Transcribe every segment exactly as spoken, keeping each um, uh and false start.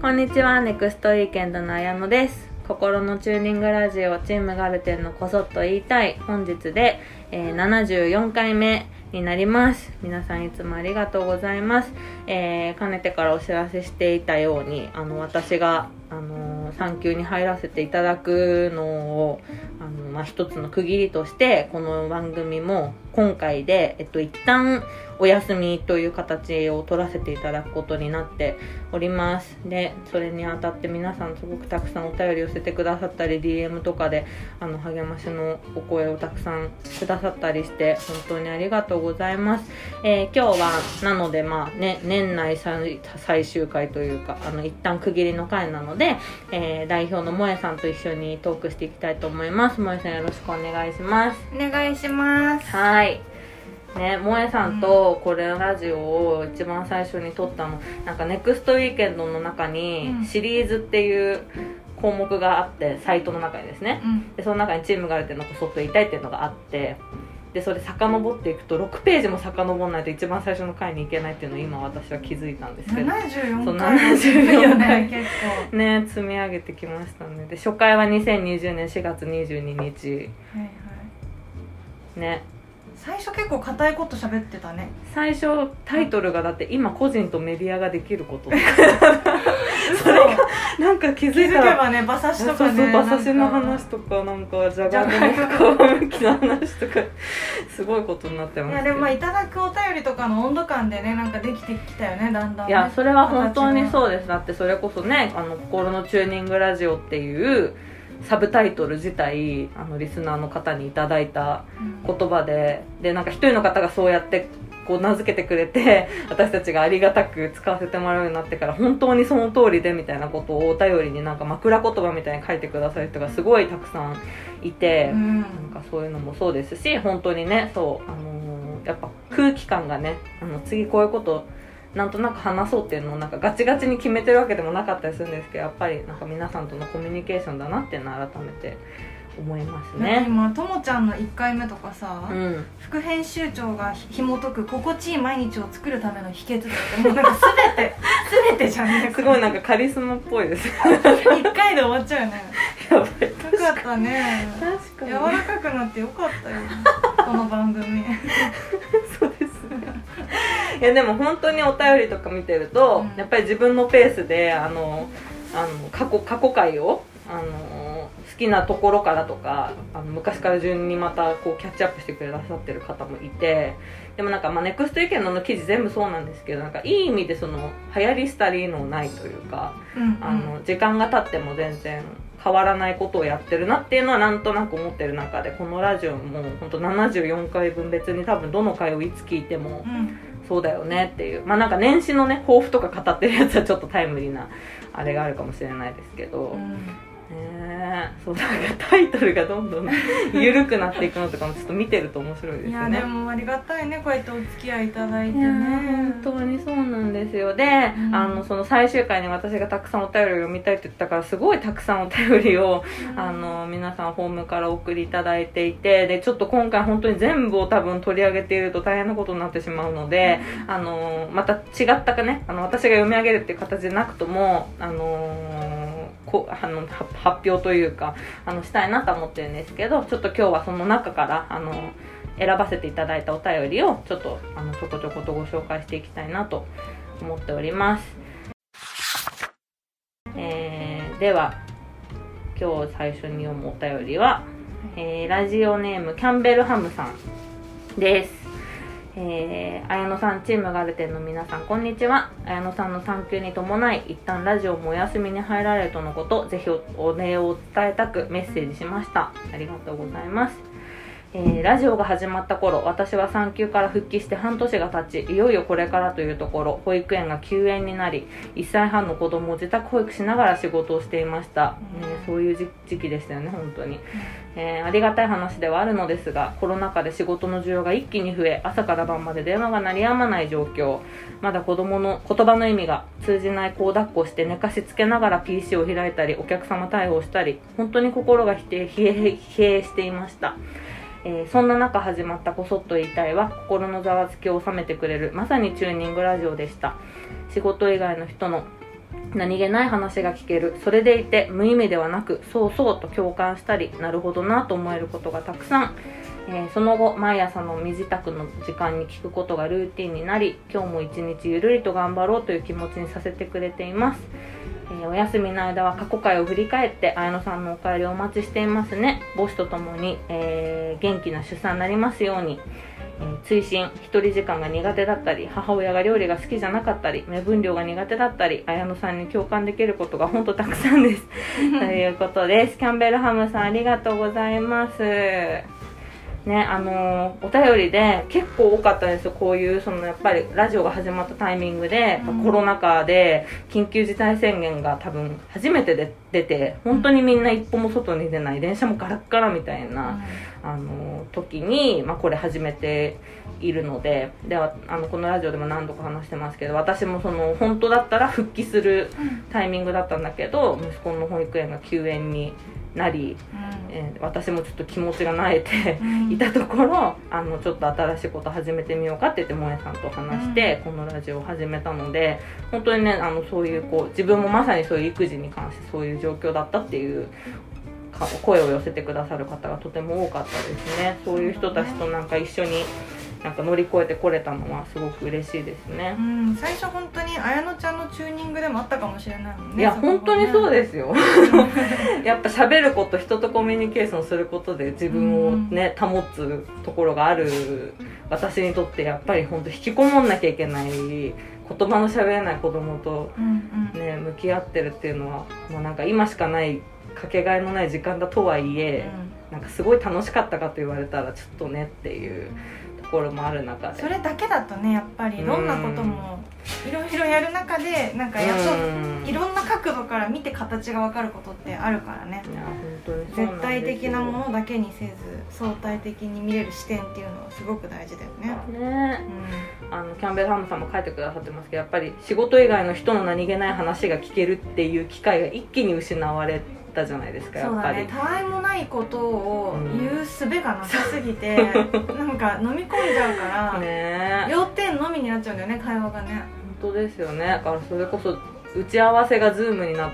こんにちは、ネクストウィーケンドの綾乃です。心のチューニングラジオチームガルテンのこそっと言いたい、本日で、えー、ななじゅうよんかいめになります。皆さんいつもありがとうございます。えー、かねてからお知らせしていたように、あの私があの産休に入らせていただくのをあの、まあ、一つの区切りとしてこの番組も今回で、えっと、一旦お休みという形を取らせていただくことになっております。で、それにあたって皆さんすごくたくさんお便り寄せてくださったり ディーエム とかであの励ましのお声をたくさんくださったりして本当にありがとうございます。えー、今日はなので、まあね、年内最最終回というかあの一旦区切りの回なので、えー、代表の萌えさんと一緒にトークしていきたいと思います。萌えさんよろしくお願いします。 お願いします。 はいね、萌えさんとこれラジオを一番最初に撮ったの、なんかネクストウィーケンドの中にシリーズっていう項目があって、サイトの中にですね、うん、でその中にチームガルテンのこそっと言いたいっていうのがあって、でそれ遡っていくとろくページも遡らないと一番最初の回に行けないっていうのを今私は気づいたんですけど、 ななじゅうよんかいななじゅうよんかい結構ね積み上げてきましたね。で初回はにせんにじゅうねんしがつにじゅうににち、はいはい、ね、 最初結構硬いこと喋ってたね。 最初タイトルがだって今個人とメディアができることそれがなんか気づいたら気づけばね、馬刺しとかね、 そうそう馬刺しの話とかなんかじゃがいもの皮むきの話とかすごいことになってますけど、 いやでもまあいただくお便りとかの温度感でね、なんかできてきたよね、だんだん、ね、 いやそれは本当にそうです。だってそれこそね、あの心のチューニングラジオっていうサブタイトル自体あのリスナーの方にいただいた言葉で、うん、でなんか一人の方がそうやってこう名付けてくれて私たちがありがたく使わせてもらうようになってから本当にその通りでみたいなことをお便りになんか枕言葉みたいに書いてくださる人がすごいたくさんいて、うん、なんかそういうのもそうですし、本当にね、そうあのー、やっぱ空気感がね、あの次こういうことなんとなく話そうっていうのをなんかガチガチに決めてるわけでもなかったりするんですけど、やっぱりなんか皆さんとのコミュニケーションだなっていうのを改めて思いますね。 今ともちゃんのいっかいめとかさ、うん、副編集長が紐解く心地いい毎日を作るための秘訣とかってもうなんか全て全てじゃねえすごいなんかカリスマっぽいですいっかいで終わっちゃうよね。 やばい、 よかったね。確かに柔らかくなってよかったよこの番組そうですねいやでも本当にお便りとか見てると、うん、やっぱり自分のペースであのあの過去過去回をあの好きなところからとかあの昔から順にまたこうキャッチアップしてくださってる方もいて、でもなんかまあネクストイケンドの記事全部そうなんですけど、なんかいい意味でその流行り廃りのないというか、うんうん、あの時間が経っても全然変わらないことをやってるなっていうのはなんとなく思ってる中で、このラジオも本当ななじゅうよんかいぶん別に多分どの回をいつ聞いても、うんそうだよねっていう、まあなんか年始のね抱負とか語ってるやつはちょっとタイムリーなあれがあるかもしれないですけど、うんね、そうなんかタイトルがどんどん緩くなっていくのとかもちょっと見てると面白いですね。いやでもありがたいね、こうやってお付き合いいただいてね。いや本当にそうなんですよ。で、うん、あのその最終回に私がたくさんお便りを読みたいって言ったからすごいたくさんお便りを、うん、あの皆さんホームからお送りいただいていて、でちょっと今回本当に全部を多分取り上げていると大変なことになってしまうので、うん、あのまた違ったかね、あの私が読み上げるっていう形でなくともあのこあの発表というかあのしたいなと思ってるんですけど、ちょっと今日はその中からあの選ばせていただいたお便りをちょっとあのちょこちょことご紹介していきたいなと思っております。えー、では今日最初に読むお便りは、えー、ラジオネームキャンベルハムさんです。えー、綾乃さん、チームガルテンの皆さん、こんにちは。綾乃さんの産休に伴い一旦ラジオもお休みに入られるとのこと、ぜひ お, お礼を伝えたくメッセージしました。ありがとうございます。えー、ラジオが始まった頃、私は産休から復帰して半年が経ち、いよいよこれからというところ、保育園が休園になり、いっさいはんの子供を自宅保育しながら仕事をしていました。うんえー、そういう時期でしたよね、本当に。えー、ありがたい話ではあるのですが、コロナ禍で仕事の需要が一気に増え、朝から晩まで電話が鳴りやまない状況、まだ子供の言葉の意味が通じない子を抱っこして寝かしつけながら ピーシー を開いたり、お客様対応したり、本当に心が冷え冷えしていました。えー、そんな中始まったこそっと言いたいは、心のざわつきを収めてくれるまさにチューニングラジオでした。仕事以外の人の何気ない話が聞ける。それでいて無意味ではなく、そうそうと共感したり、なるほどなと思えることがたくさん。えー、その後毎朝の身支度の時間に聞くことがルーティンになり、今日も一日ゆるりと頑張ろうという気持ちにさせてくれています。えー、お休みの間は過去回を振り返って綾野さんのお帰りをお待ちしていますね。母子とともに、えー、元気な出産になりますように。えー、追伸、一人時間が苦手だったり、母親が料理が好きじゃなかったり、目分量が苦手だったり、綾野さんに共感できることが本当たくさんですということです。キャンベルハムさんありがとうございますね。あのー、お便りで結構多かったんですよ。こういうそのやっぱりラジオが始まったタイミングで、うん、コロナ禍で緊急事態宣言が多分初めてで出て、本当にみんな一歩も外に出ない、電車もガラッガラみたいな、うん、あのー、時に、まあ、これ始めているので、ではあのこのラジオでも何度か話してますけど、私もその本当だったら復帰するタイミングだったんだけど、息子の保育園が休園になり、うん、えー、私もちょっと気持ちが慣れて、うん、いたところ、あのちょっと新しいこと始めてみようかって言って萌えさんと話して、うん、このラジオを始めたので、本当にね、あのそういうこう自分もまさにそういう育児に関してそういう状況だったっていう声を寄せてくださる方がとても多かったですね。そういう人たちとなんか一緒になんか乗り越えてこれたのはすごく嬉しいですね。 うん、最初本当に綾乃ちゃんのチューニングでもあったかもしれないもんね。 いや、本当にそうですよやっぱ喋ること、人とコミュニケーションすることで自分をね、保つところがある私にとって、やっぱり本当引きこもんなきゃいけない、言葉の喋れない子供と、ね、向き合ってるっていうのはもうなんか今しかないかけがえのない時間だとはいえ、うん、なんかすごい楽しかったかと言われたらちょっとねっていうところもある中で、 それだけだとね、やっぱりどんなこともいろいろやる中でなんかやっといろんな角度から見て形が分かることってあるからね。 いや本当にそうなんですよ。 絶対的なものだけにせず相対的に見れる視点っていうのはすごく大事だよね。 ね、うん、あのキャンベルハムさんも書いてくださってますけど、やっぱり仕事以外の人の何気ない話が聞けるっていう機会が一気に失われたじゃないですか。やっぱりそうだね、たわいもないことを言う術がなさすぎて、うん、なんか飲み込んじゃうからね、要点のみになっちゃうんだよね、会話がね。 本当ですよね。だからそれこそ打ち合わせがズームになって、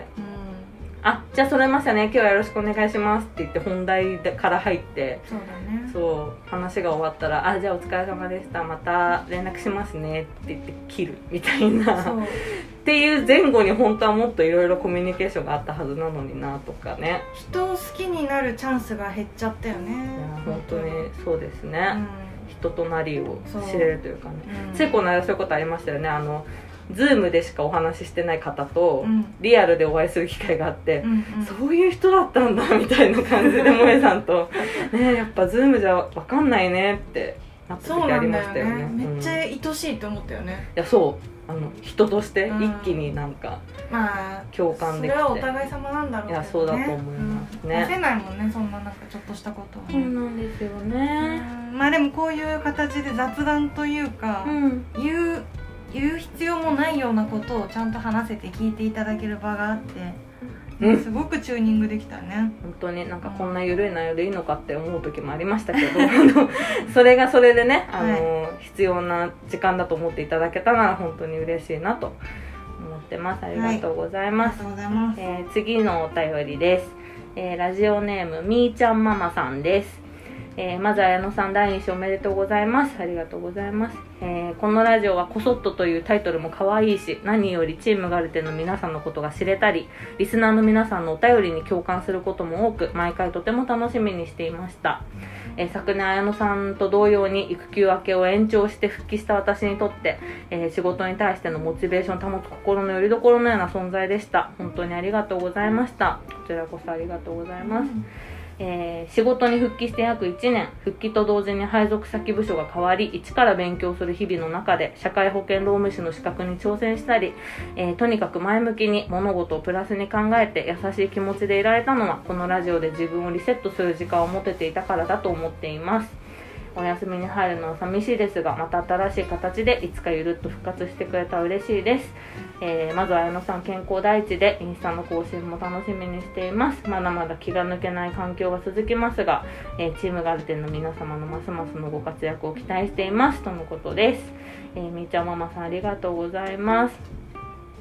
うん、あ、じゃあそれましたね、今日はよろしくお願いしますって言って本題から入って、 そうだね、 そう話が終わったら、あ、じゃあお疲れ様でした、また連絡しますねって言って切るみたいなっていう前後に本当はもっといろいろコミュニケーションがあったはずなのになとかね。 人を好きになるチャンスが減っちゃったよね。いや本当にそうですね、うん、人となりを知れるというかね。ついこの間そういうことありましたよね。あのズームでしかお話ししてない方と、うん、リアルでお会いする機会があって、うんうん、そういう人だったんだみたいな感じで萌えさんとね、やっぱズームじゃ分かんないねってなった時ありましたよね。 そうなんだよね、めっちゃ愛しいと思ったよね。 いや、そうあの人として一気になんか、うん、まあ共感できて、 それはお互い様なんだろうけどね。いや、 そうだと思いますね。 出せないもんね、そんななんかちょっとしたことは、ね、 そうなんですよね。 まあでもこういう形で雑談というか、うん、言う言う必要もないようなことをちゃんと話せて聞いていただける場があって、うん、すごくチューニングできたね。 本当になんかこんな緩い内容でいいのかって思う時もありましたけどそれがそれでね、あの、はい、必要な時間だと思っていただけたなら本当に嬉しいなと思ってます。ありがとうございます。 はい、ありがとうございます。 えー、次のお便りです。えー、ラジオネームみーちゃんママさんです。えー、まず綾乃さんだいに子おめでとうございます。ありがとうございます。えー、このラジオはこそっとというタイトルも可愛いし、何よりチームガルテの皆さんのことが知れたり、リスナーの皆さんのお便りに共感することも多く、毎回とても楽しみにしていました。えー、昨年綾乃さんと同様に育休明けを延長して復帰した私にとって、えー、仕事に対してのモチベーションを保つ心の拠り所のような存在でした。本当にありがとうございました。こちらこそありがとうございます。うん、えー、仕事に復帰して約いちねん、復帰と同時に配属先部署が変わり、一から勉強する日々の中で社会保険労務士の資格に挑戦したり、えー、とにかく前向きに物事をプラスに考えて優しい気持ちでいられたのは、このラジオで自分をリセットする時間を持てていたからだと思っています。お休みに入るのは寂しいですが、また新しい形でいつかゆるっと復活してくれたら嬉しいです。えー、まずは綾乃さん健康第一で、インスタの更新も楽しみにしています。まだまだ気が抜けない環境が続きますが、えー、チームガルテンの皆様のますますのご活躍を期待していますとのことです。えー、みーちゃんママさんありがとうございます。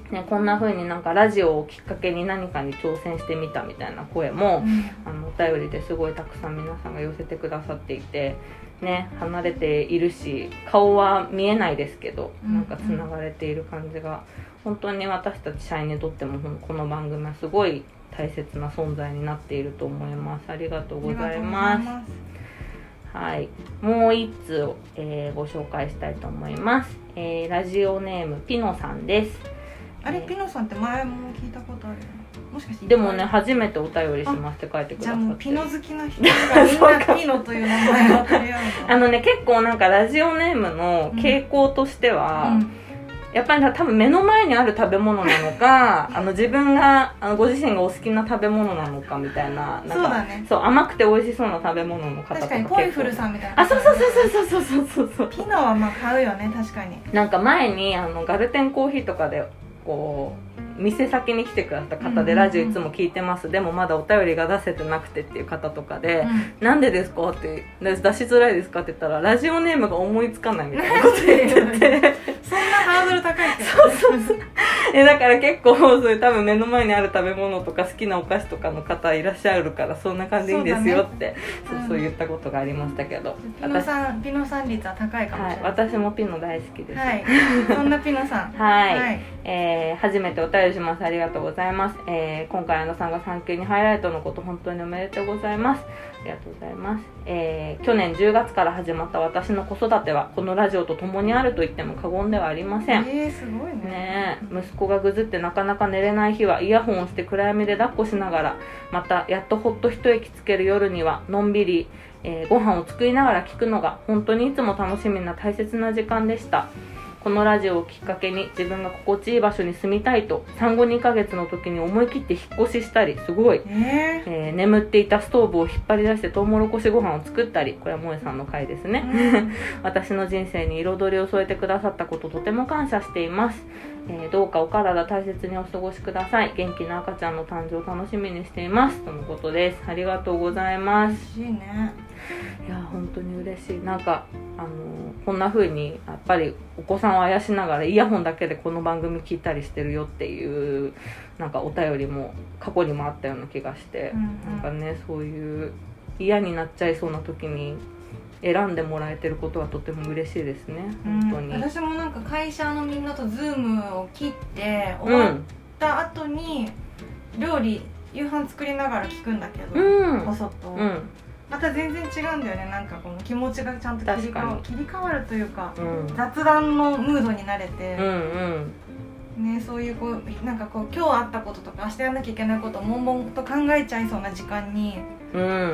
ね、こんな風になんかラジオをきっかけに何かに挑戦してみたみたいな声も、うん、あのお便りですごいたくさん皆さんが寄せてくださっていて、ね、離れているし顔は見えないですけど、なんかつながれている感じが、本当に私たち社員にとってもこの番組はすごい大切な存在になっていると思います。ありがとうございます。はい、もう一つ、えー、ご紹介したいと思います、えー、ラジオネームピノさんです。 あれ、えー、ピノさんって前も聞いたことあるよね。もしかしてでもね、初めてお便りしますって書いてくださって。 じゃあもうピノ好きな人がみんなピノという名前を取り合うの。 あのね、結構なんかラジオネームの傾向としては、うんうん、やっぱり多分目の前にある食べ物なのかあの自分があのご自身がお好きな食べ物なのかみたいな、なんかそうだね、 そう甘くて美味しそうな食べ物の方とか、 確かにポイフルさんみたいな、 あ、そうそうそうそうそうそうそう、 ピノはまあ買うよね。確かになんか前にあのガルテンコーヒーとかでこう店先に来てくださった方で、ラジオいつも聞いてます、でもまだお便りが出せてなくてっていう方とかで、うん、なんでですかって出しづらいですかって言ったら、ラジオネームが思いつかないみたいなこと言っててそんなハードル高いってそうそうそうえだから結構そういう多分目の前にある食べ物とか好きなお菓子とかの方いらっしゃるから、そんな感じでいいんですよって そう,、ね、そう、そう言ったことがありましたけど、 ピノさん、ピノさん率は高いかもしれない、はい、 私もピノ大好きです、 はい、そんなピノさんはい、はい、えー、初めてお便りします。ありがとうございます、えー、今回あのさんが産休に入られたのこと本当におめでとうございます。ありがとうございます、えー、去年じゅうがつから始まった私の子育てはこのラジオと共にあると言っても過言ではありません。 えー、すごい ね, ね息子がぐずってなかなか寝れない日はイヤホンをして暗闇で抱っこしながら、またやっとほっと一息つける夜にはのんびり、えー、ご飯を作りながら聞くのが本当にいつも楽しみな大切な時間でした。このラジオをきっかけに自分が心地いい場所に住みたいと産後にかげつの時に思い切って引っ越ししたり、すごい、えーえー、眠っていたストーブを引っ張り出してトウモロコシご飯を作ったり、これは萌えさんの回ですね、うん、私の人生に彩りを添えてくださったこととても感謝しています、えー、どうかお体大切にお過ごしください。元気な赤ちゃんの誕生を楽しみにしていますとのことです。ありがとうございます。 嬉しいね。 いや本当に嬉しい。なんかあのこんな風にやっぱりお子さんをあやしながらイヤホンだけでこの番組聞いたりしてるよっていうなんかお便りも過去にもあったような気がして、うんうん、なんかね、そういう嫌になっちゃいそうな時に選んでもらえてることはとても嬉しいですね、本当に、 うん、私もなんか会社のみんなとズームを切って終わった後に料理夕飯作りながら聞くんだけど、うん、こそっと、うん、また全然違うんだよね。なんかこの気持ちがちゃんと切り替わ切り替わるというか、うん、雑談のムードになれて、うんうん、ね、そういうこうなんかこう今日あったこととか明日やらなきゃいけないことを悶々と考えちゃいそうな時間に、うん、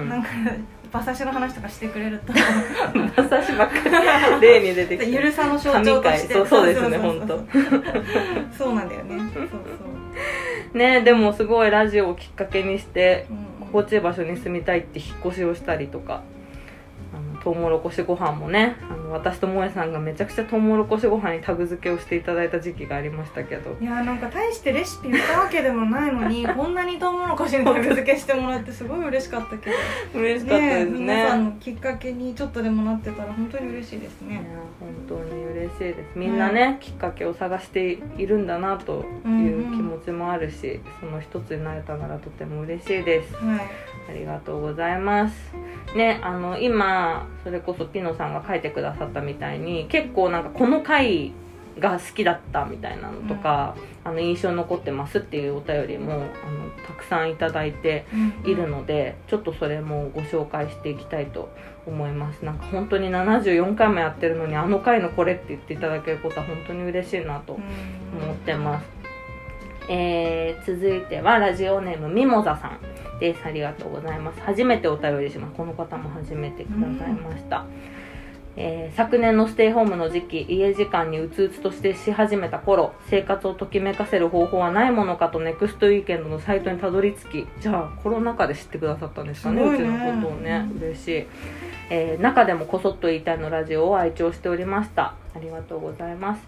なんか馬刺しの話とかしてくれると馬刺しばっかり例に出てきてゆるさの象徴として、 そうそうですね、本当そうなんだよね。そうそうね。でもすごいラジオをきっかけにして、うん、心地いい場所に住みたいって引っ越しをしたりとか、あのトウモロコシご飯もね、あの私と萌えさんがめちゃくちゃトウモロコシご飯にタグ付けをしていただいた時期がありましたけど、 いやなんか大してレシピ言ったわけでもないのにこんなにトウモロコシにタグ付けしてもらってすごい嬉しかったけど嬉しかったですね。 皆さんのきっかけにちょっとでもなってたら本当に嬉しいですね。いや本当に嬉しいです。みんなね、うん、きっかけを探しているんだなという気持ちもあるし、うんうん、その一つになれたならとても嬉しいです、はい、ありがとうございますね。あの今それこそピノさんが書いてくださったみたいに結構なんかこの回が好きだったみたいなのとか、うん、あの印象に残ってますっていうお便りもあのたくさんいただいているので、うん、ちょっとそれもご紹介していきたいと思います。なんか本当にななじゅうよんかいもやってるのにあの回のこれって言っていただけることは本当に嬉しいなと思ってます、うん、えー、続いてはラジオネームミモザさんです。ありがとうございます。初めてお便りします。この方も初めてくださいました、うん、えー、昨年のステイホームの時期、家時間にうつうつとしてし始めた頃、生活をときめかせる方法はないものかとネクストウィーケンドのサイトにたどり着き、じゃあコロナ禍で知ってくださったんですかね、うちのことをね、嬉しい、えー、中でもこそっと言いたいのラジオを愛聴しておりました。ありがとうございます。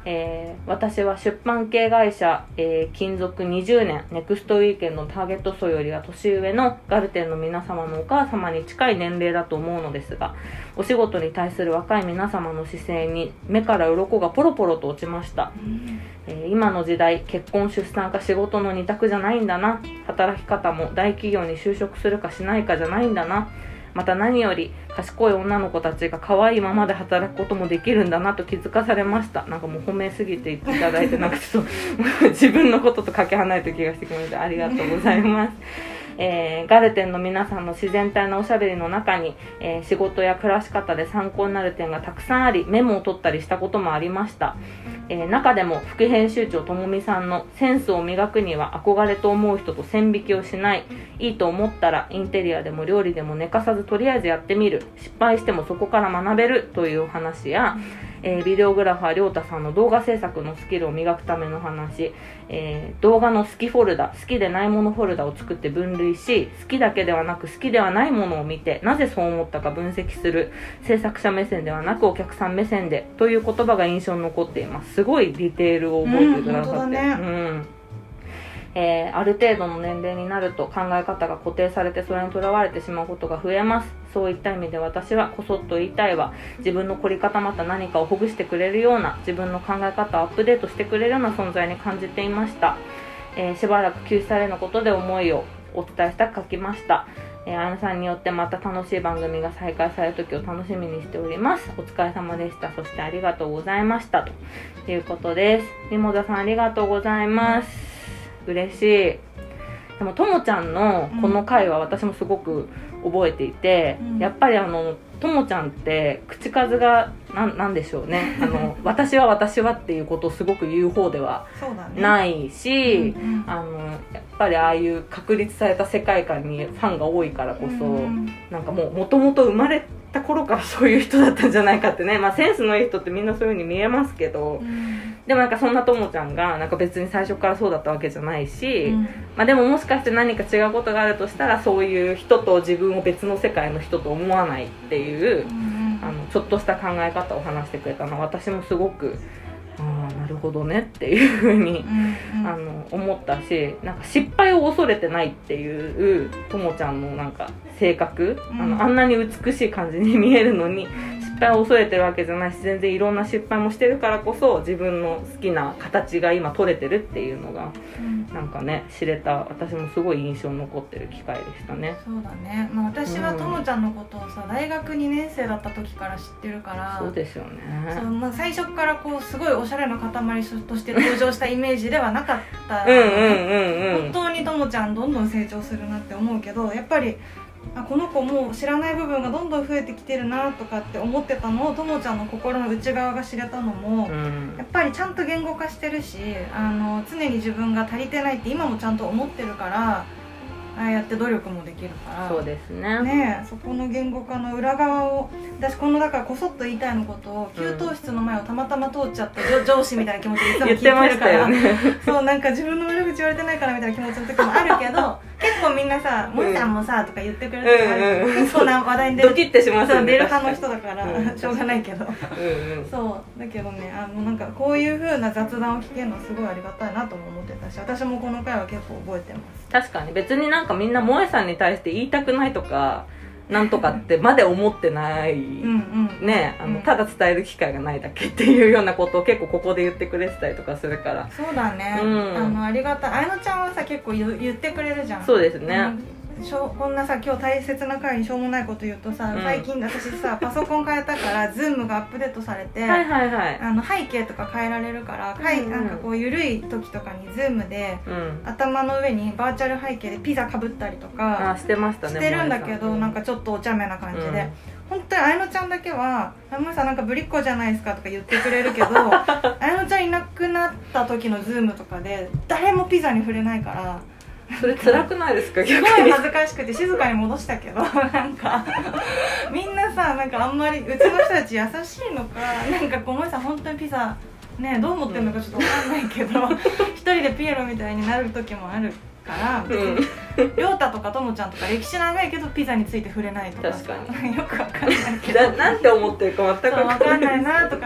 えー、私は出版系会社、えー、勤続にじゅうねんネクストウィーケンドターゲット層よりは年上のガルテンの皆様のお母様に近い年齢だと思うのですが、お仕事に対する若い皆様の姿勢に目から鱗がポロポロと落ちました、うんえー、今の時代結婚出産か仕事の二択じゃないんだな、働き方も大企業に就職するかしないかじゃないんだな、また何より賢い女の子たちが可愛いままで働くこともできるんだなと気づかされました。なんかもう褒めすぎて言っていただいてなんかちょっと自分のこととかけ離れた気がしてきました。ありがとうございます。えー、ガルテンの皆さんの自然体なおしゃべりの中に、えー、仕事や暮らし方で参考になる点がたくさんあり、メモを取ったりしたこともありました。えー、中でも副編集長ともみさんのセンスを磨くには憧れと思う人と線引きをしない、いいと思ったらインテリアでも料理でも寝かさずとりあえずやってみる、失敗してもそこから学べるというお話や、えー、ビデオグラファーりょうたさんの動画制作のスキルを磨くための話、えー、動画の好きフォルダ、好きでないものフォルダを作って分類し、好きだけではなく好きではないものを見てなぜそう思ったか分析する、制作者目線ではなくお客さん目線でという言葉が印象に残っています。すごいディテールを覚えてくださって、うん、うんえー、ある程度の年齢になると考え方が固定されてそれにとらわれてしまうことが増えます。そういった意味で私はこそっと言いたいは、自分の凝り固まった何かをほぐしてくれるような、自分の考え方をアップデートしてくれるような存在に感じていました。えー、しばらく休止されることで思いをお伝えしたく書きました。えー、あやのさんによってまた楽しい番組が再開される時を楽しみにしております。お疲れ様でした。そしてありがとうございましたということです。ミモザさんありがとうございます。嬉しい。でもともちゃんのこの回は私もすごく覚えていて、うん、やっぱりあのともちゃんって口数がな ん, なんでしょうねあの私は私はっていうことをすごく言う方ではないし、ねうんうん、あのやっぱりああいう確立された世界観にファンが多いからこそ、うん、なんかもうもともと生まれた頃からそういう人だったんじゃないかってね、まあ、センスのいい人ってみんなそういう風に見えますけど、うん、でもなんかそんなともちゃんがなんか別に最初からそうだったわけじゃないし、うんまあ、でももしかして何か違うことがあるとしたらそういう人と自分を別の世界の人と思わないっていう、うん、あのちょっとした考え方を話してくれたのは私もすごくああなるほどねっていう風に、うんうん、あの思ったし、なんか失敗を恐れてないっていうともちゃんのなんか性格、うん、あのあんなに美しい感じに見えるのに失敗を恐れてるわけじゃないし、全然いろんな失敗もしてるからこそ自分の好きな形が今取れてるっていうのが、うん、なんかね知れた、私もすごい印象に残ってる機会でしたね。 そうだね、まあ、私はともちゃんのことをさ、大学にねん生だった時から知ってるから、 そうですよね。 そう、まあ、最初からこうすごいおしゃれな塊として登場したイメージではなかったうんうんうん、うん、本当にともちゃんどんどん成長するなって思うけど、やっぱりあこの子もう知らない部分がどんどん増えてきてるなとかって思ってたのをともちゃんの心の内側が知れたのも、うん、やっぱりちゃんと言語化してるし、あの常に自分が足りてないって今もちゃんと思ってるから、ああやって努力もできるから、 そうですね。 ね、そこの言語化の裏側を、私このだからこそっと言いたいのことを、給湯室の前をたまたま通っちゃった上司みたいな気持ちでいつも聞いてるから、ね、そうなんか自分の悪口言われてないからみたいな気持ちの時もあるけど結構みんなさ「もんさんもさ」とか言ってくれる時ある、うんうん、そうな話題に出るドキッてしますよね、 出る派の人だから、うん、しょうがないけどうん、うん、そうだけどね、あのなんかこういう風な雑談を聞けるのすごいありがたいなとも思ってたし、私もこの回は結構覚えてます。 確かに別になんかみんな萌さんに対して言いたくないとかなんとかってまで思ってないうんうん、ね、あのただ伝える機会がないだけっていうようなことを結構ここで言ってくれてたりとかするから、 そうだね、うん、あのありがたい。あやのちゃんはさ結構 言, 言ってくれるじゃん。 そうですね、 しょこんなさ今日大切な回にしょうもないこと言うとさ、うん、最近私さパソコン変えたからズームがアップデートされてはいはい、はい、あの背景とか変えられるから、うんうん、なんかこう緩い時とかにズームで、うん、頭の上にバーチャル背景でピザかぶったりとかあしてましたね、 してるんだけど、うん、なんかちょっとお茶目な感じで、うん、本当にあやのちゃんだけは「あのさなんかぶりっ子じゃないですか」とか言ってくれるけどあやのちゃんいなくなった時のズームとかで誰もピザに触れないから。 それ辛くないですか？ すごい恥ずかしくて静かに戻したけどなんかみんなさなんかあんまりうちの人たち優しいのかなんかごめんなさい本当にピザねどう思ってるのかちょっと分かんないけど、うん、一人でピエロみたいになる時もあるからりょうたとかともちゃんとか歴史長いけどピザについて触れないとか確かによく分かんないけどなんて思ってるか全く分かんないなとかって思う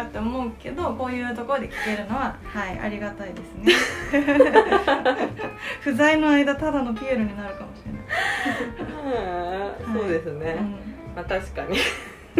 うけど、こういうところで聞けるのははいありがたいですね不在の間ただのピエロになるかもしれないはい、そうですね、うん、まあ確かに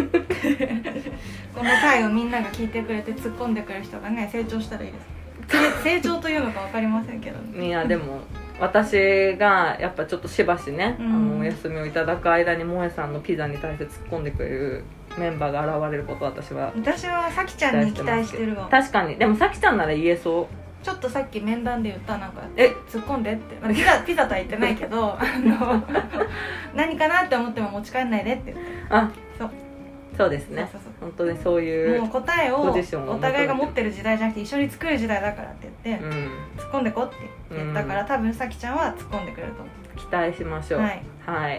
この回をみんなが聞いてくれて突っ込んでくれる人がね成長したらいいです成長というのか分かりませんけど、ね、 いやでも私がやっぱちょっとしばしね、うん、あのお休みをいただく間に萌さんのピザに対して突っ込んでくれるメンバーが現れることを私は私はさきちゃんに期待してるわ。 確かに。でもさきちゃんなら言えそう。 ちょっとさっき面談で言った、なんかえ突っ込んでって、まあ、ピザピザとは言ってないけどあの何かなって思っても持ち帰んないでって言って、あそうそうですね、そうそうそう、本当にそういうもう答えをお互いが持ってる時代じゃなくて一緒に作る時代だからって言って、うん、突っ込んでこって言ったから、うん、多分さきちゃんは突っ込んでくれると思う。 期待しましょう。はい、はい、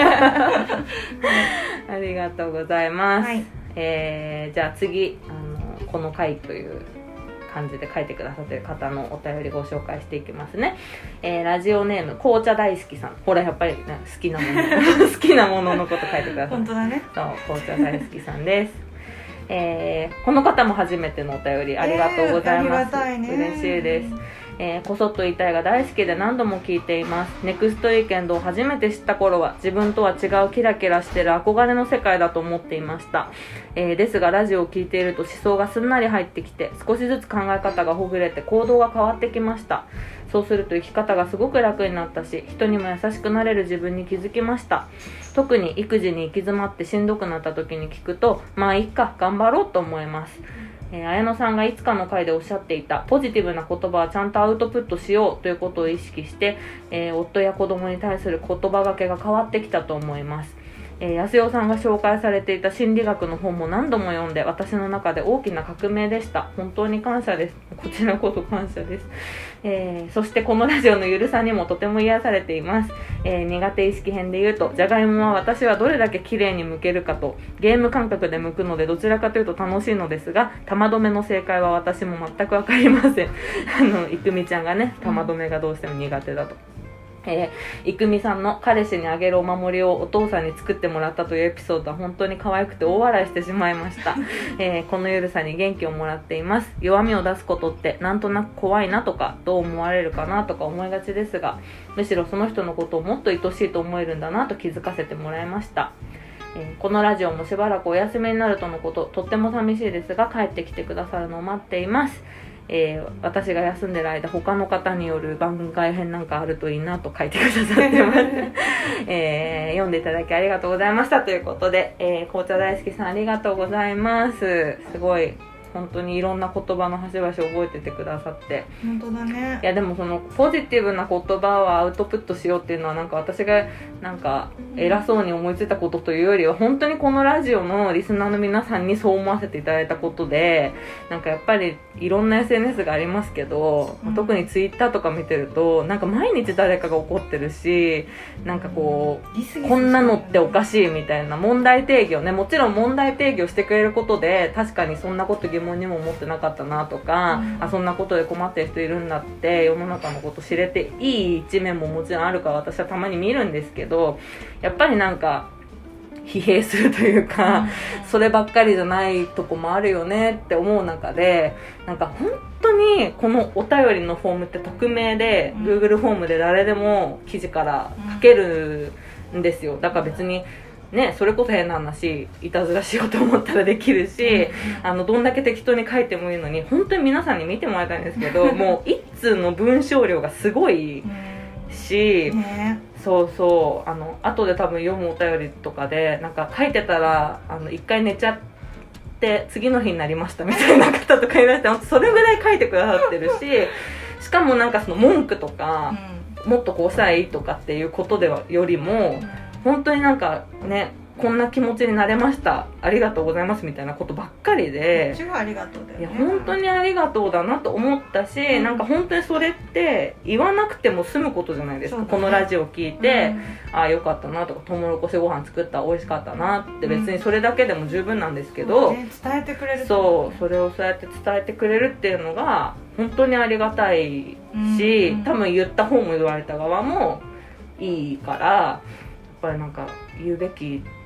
ありがとうございます、はい、えー、じゃあ次あのこの回という感じで書いてくださっている方のお便りご紹介していきますね、えー、ラジオネーム紅茶大好きさん。これやっぱり、ね、好きなもの好きなもののこと書いてくださって本当だね。 そう紅茶大好きさんです、えー、この方も初めてのお便りありがとうございます、えー、ありがたいね。嬉しいです。えー、こそっと言いたいが大好きで何度も聞いています。ネクストウィーケンドを初めて知った頃は自分とは違うキラキラしてる憧れの世界だと思っていました、えー、ですがラジオを聞いていると思想がすんなり入ってきて少しずつ考え方がほぐれて行動が変わってきました。そうすると生き方がすごく楽になったし人にも優しくなれる自分に気づきました。特に育児に行き詰まってしんどくなった時に聞くとまあいいか頑張ろうと思います。えー、綾野さんがいつかの回でおっしゃっていたポジティブな言葉はちゃんとアウトプットしようということを意識して、えー、夫や子供に対する言葉がけが変わってきたと思います。えー、安代さんが紹介されていた心理学の本も何度も読んで私の中で大きな革命でした。本当に感謝です。こちらこそ感謝です。えー、そしてこのラジオのゆるさにもとても癒されています。えー、苦手意識編で言うとじゃがいもは私はどれだけ綺麗に剥けるかとゲーム感覚で剥くのでどちらかというと楽しいのですが玉止めの正解は私も全く分かりませんあのいくみちゃんがね玉止めがどうしても苦手だと、えー、いくみさんの彼氏にあげるお守りをお父さんに作ってもらったというエピソードは本当に可愛くて大笑いしてしまいました、えー、このゆるさに元気をもらっています。弱みを出すことってなんとなく怖いなとかどう思われるかなとか思いがちですがむしろその人のことをもっと愛しいと思えるんだなと気づかせてもらいました。えー、このラジオもしばらくお休みになるとのこととっても寂しいですが帰ってきてくださるのを待っています。えー、私が休んでる間他の方による番外編なんかあるといいなと書いてくださってます、えー、読んでいただきありがとうございましたということで、えー、紅茶大好きさんありがとうございます。すごい本当にいろんな言葉の端々覚えててくださって本当だね。 いやでもそのポジティブな言葉をアウトプットしようっていうのはなんか私がなんか偉そうに思いついたことというよりは本当にこのラジオのリスナーの皆さんにそう思わせていただいたことでなんかやっぱりいろんな エスエヌエス がありますけど、うん、特にツイッターとか見てるとなんか毎日誰かが怒ってるしなんかこうこんなのっておかしいみたいな問題定義をねもちろん問題定義をしてくれることで確かにそんなこと疑問にも思ってなかったなとか、うん、あそんなことで困ってる人いるんだって世の中のこと知れていい一面ももちろんあるから私はたまに見るんですけどやっぱりなんか疲弊するというか、うん、そればっかりじゃないとこもあるよねって思う中でなんか本当にこのお便りのフォームって匿名で、うん、Google フォームで誰でも記事から書けるんですよ。だから別にね、それこそ変な話いたずらしようと思ったらできるし、うん、あのどんだけ適当に書いてもいいのに本当に皆さんに見てもらいたいんですけどもう一通の文章量がすごいし、ね、そうそうあの後で多分読むお便りとかでなんか書いてたらあの一回寝ちゃって次の日になりましたみたいな方とかいらっしゃってそれぐらい書いてくださってるししかもなんかその文句とか、うん、もっとこうしたらいいとかっていうことではよりも、うん本当になんかねこんな気持ちになれましたありがとうございますみたいなことばっかりでこっちはありがとうだよね。 いや本当にありがとうだなと思ったし、うん、なんか本当にそれって言わなくても済むことじゃないですか、ね、このラジオ聞いて、うん、ああよかったなとかトウモロコシご飯作った美味しかったなって別にそれだけでも十分なんですけど、 うんね、伝えてくれるそうそれをそうやって伝えてくれるっていうのが本当にありがたいし、うん、多分言った方も言われた側もいいからやっぱりなんか言うべき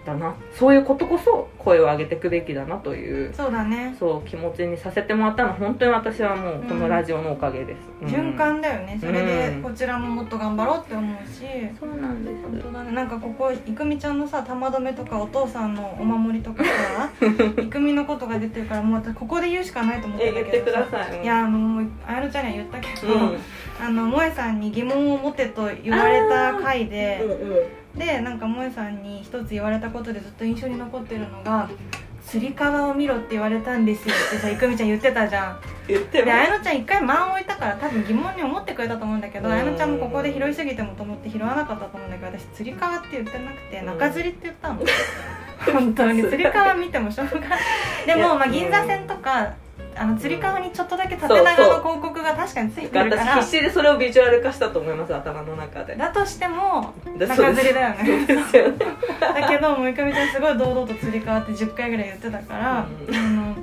だな、そういうことこそ声を上げていくべきだなという、 そうだね、 そう気持ちにさせてもらったのは本当に私はもうこのラジオのおかげです、 うんうん、循環だよね。それでこちらももっと頑張ろうって思うし、 そうなんです。 本当だね。なんかここいくみちゃんのさ玉留めとかお父さんのお守りとかさいくみのことが出てるから、もう私ここで言うしかないと思ってんだけど、 え言ってください、うん、 いやあのもうあやのちゃんには言ったけど、うん、あの萌さんに疑問を持てと言われた回で、うんうんでなんか萌さんに一つ言われたことでずっと印象に残ってるのが「つり革を見ろって言われたんですよ」ってさいくみちゃん言ってたじゃん。 言ってであやのちゃん一回間を置いたから多分疑問に思ってくれたと思うんだけど、あやのちゃんもここで拾いすぎてもと思って拾わなかったと思うんだけど、私つり革って言ってなくて中吊りって言ったの本当につり革見てもしょうがないでも、まあ、銀座線とかあのつり革にちょっとだけ縦長の広告が確かについてるから、 私必死でそれをビジュアル化したと思います、頭の中で。 だとしても中吊りだよねだけどもういかみちゃんすごい堂々とつり革ってじゅっかいぐらい言ってたから、うん、あの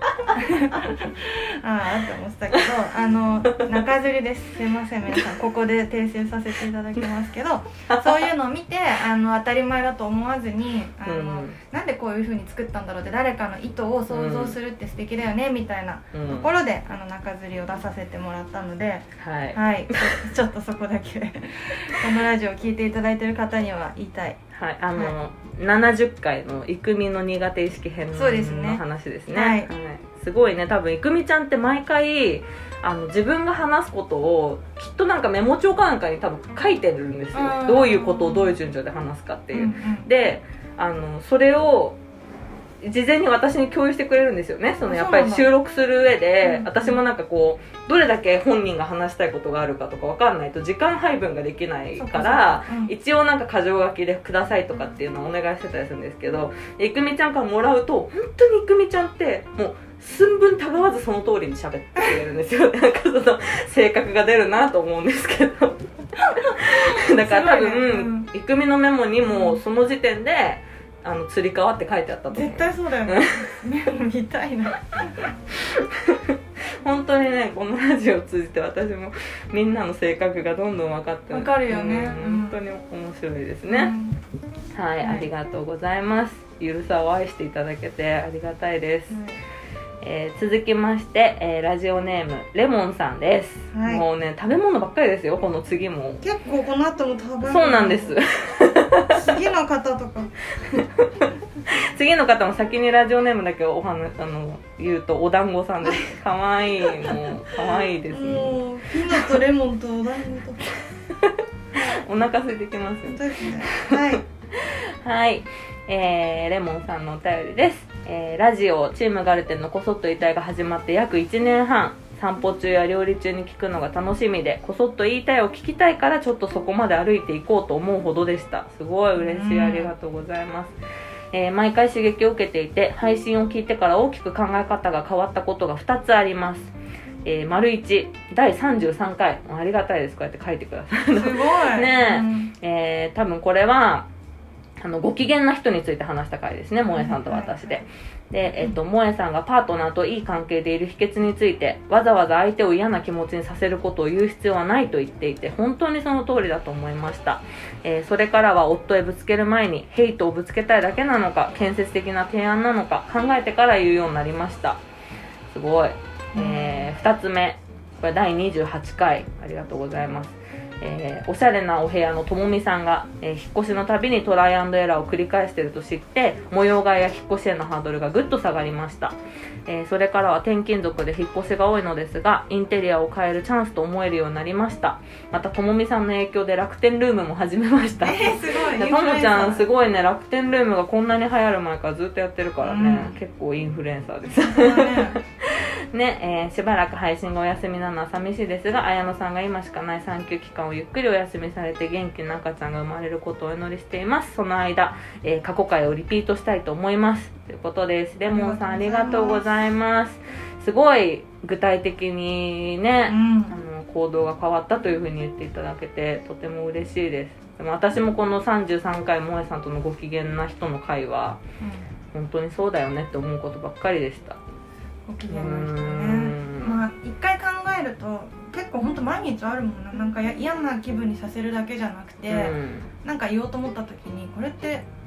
ああって思ってたけど、あの中吊りです。すいません皆さん、ここで訂正させていただきますけどそういうのを見てあの当たり前だと思わずにあの、うん、なんでこういう風に作ったんだろうって誰かの意図を想像するって素敵だよね、うん、みたいなところであの中吊りを出させてもらったので、 はい、 はい、ち, ちょっとそこだけこのラジオを聞いていただいている方には言いたい。 はい、あの、はい、ななじゅっかいのいくみの苦手意識編の話ですね。はい、はい、すごいね、多分いくみちゃんって毎回あの自分が話すことをきっとなんかメモ帳かなんかに多分書いてるんですよ。どういうことをどういう順序で話すかっていう、うんうん、であのそれを事前に私に共有してくれるんですよね。そのやっぱり収録する上で、うん、私もなんかこうどれだけ本人が話したいことがあるかとか分かんないと時間配分ができないから、うん、一応なんか箇条書きでくださいとかっていうのをお願いしてたりするんですけど、いくみちゃんからもらうと本当にいくみちゃんってもう寸分たがわずその通りに喋ってくれるんですよなんかその性格が出るなと思うんですけどだから多分、ね、いくみのメモにもその時点であのつり革って書いてあったと思う。 絶対そうだよねメモ見たいな本当にね、このラジオを通じて私もみんなの性格がどんどん分かって分かるよね、 うん、本当に面白いですね、うん、はい、はい、ありがとうございます。ゆるさを愛していただけてありがたいです、はい、えー、続きまして、えー、ラジオネームレモンさんです、はい、もうね食べ物ばっかりですよ、この次も。 結構この後も食べ物。 そうなんです次の方とか次の方も先にラジオネームだけお話あの言うとお団子さんです。かわいい、もうかわいいですね。 もうピノとレモンとお団子とお腹空いてきますよですね。はいはい、えー、レモンさんのお便りです、えー、ラジオチームガルテンのこそっと言いたいが始まって約いちねんはん、散歩中や料理中に聞くのが楽しみで、こそっと言いたいを聞きたいからちょっとそこまで歩いていこうと思うほどでした。すごい嬉しい、ありがとうございます。えー、毎回刺激を受けていて、配信を聞いてから大きく考え方が変わったことがふたつあります。えー、丸いち、だいさんじゅうさんかい、ありがたいです、こうやって書いてください。すごいね、うん、えー、多分これはあのご機嫌な人について話した回ですね、萌えさんと私で。で、えっと、萌えさんがパートナーといい関係でいる秘訣について、わざわざ相手を嫌な気持ちにさせることを言う必要はないと言っていて、本当にその通りだと思いました。えー、それからは夫へぶつける前にヘイトをぶつけたいだけなのか、建設的な提案なのか考えてから言うようになりました。すごい。えー、ふたつめ、これだいにじゅうはちかい、ありがとうございます。えー、おしゃれなお部屋のともみさんが、えー、引っ越しのたびにトライアンドエラーを繰り返していると知って、模様替えや引っ越しへのハードルがぐっと下がりました。えー、それからは転勤族で引っ越しが多いのですが、インテリアを変えるチャンスと思えるようになりました。またともみさんの影響で楽天ルームも始めました。 えー、すごい。 ともちゃんすごいね、楽天ルームがこんなに流行る前からずっとやってるからね、うん、結構インフルエンサーですね、えー、しばらく配信がお休みなのは寂しいですが、綾野さんが今しかない産休期間をゆっくりお休みされて元気な赤ちゃんが生まれることをお祈りしています。その間、えー、過去回をリピートしたいと思いますということです。レモンさんありがとうございます。すごい具体的にね、うん、あの行動が変わったというふうに言っていただけてとても嬉しいです。でも私もこのさんじゅうさんかい萌えさんとのご機嫌な人の回は、うん、本当にそうだよねって思うことばっかりでした。 ご機嫌な人ね。まあ一回考えると結構本当毎日あるもんな。なんか嫌な気分にさせるだけじゃなくて、うん、なんか言おうと思った時にこれって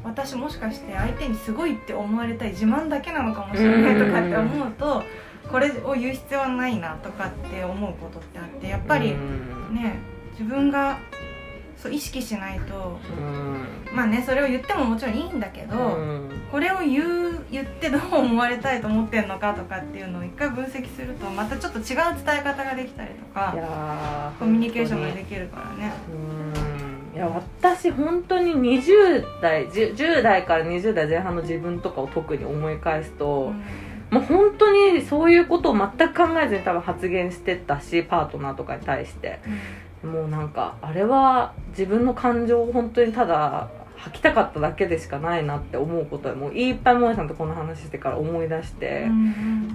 私もしかして相手にすごいって思われたい自慢だけなのかもしれないとかって思うと、これを言う必要はないなとかって思うことってあって、やっぱりね自分がそう意識しないと、まあねそれを言ってももちろんいいんだけど、これを言う言ってどう思われたいと思ってんのかとかっていうのを一回分析するとまたちょっと違う伝え方ができたりとか、コミュニケーションができるからね。 いや私本当ににじゅう代じゅう代からにじゅう代前半の自分とかを特に思い返すと、うん、もう本当にそういうことを全く考えずに多分発言してたし、パートナーとかに対して、うん、もうなんかあれは自分の感情を本当にただ吐きたかっただけでしかないなって思うことはもういっぱい萌さんとこの話してから思い出して、うん、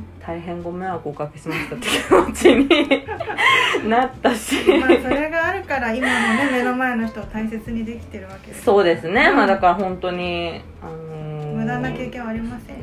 大変ご迷惑をおかけしましたって気持ちになったしまあそれがあるから今のね目の前の人を大切にできてるわけです。 そうですね、うん、まあだから本当に、あのー、 無駄な経験はありません、 うん、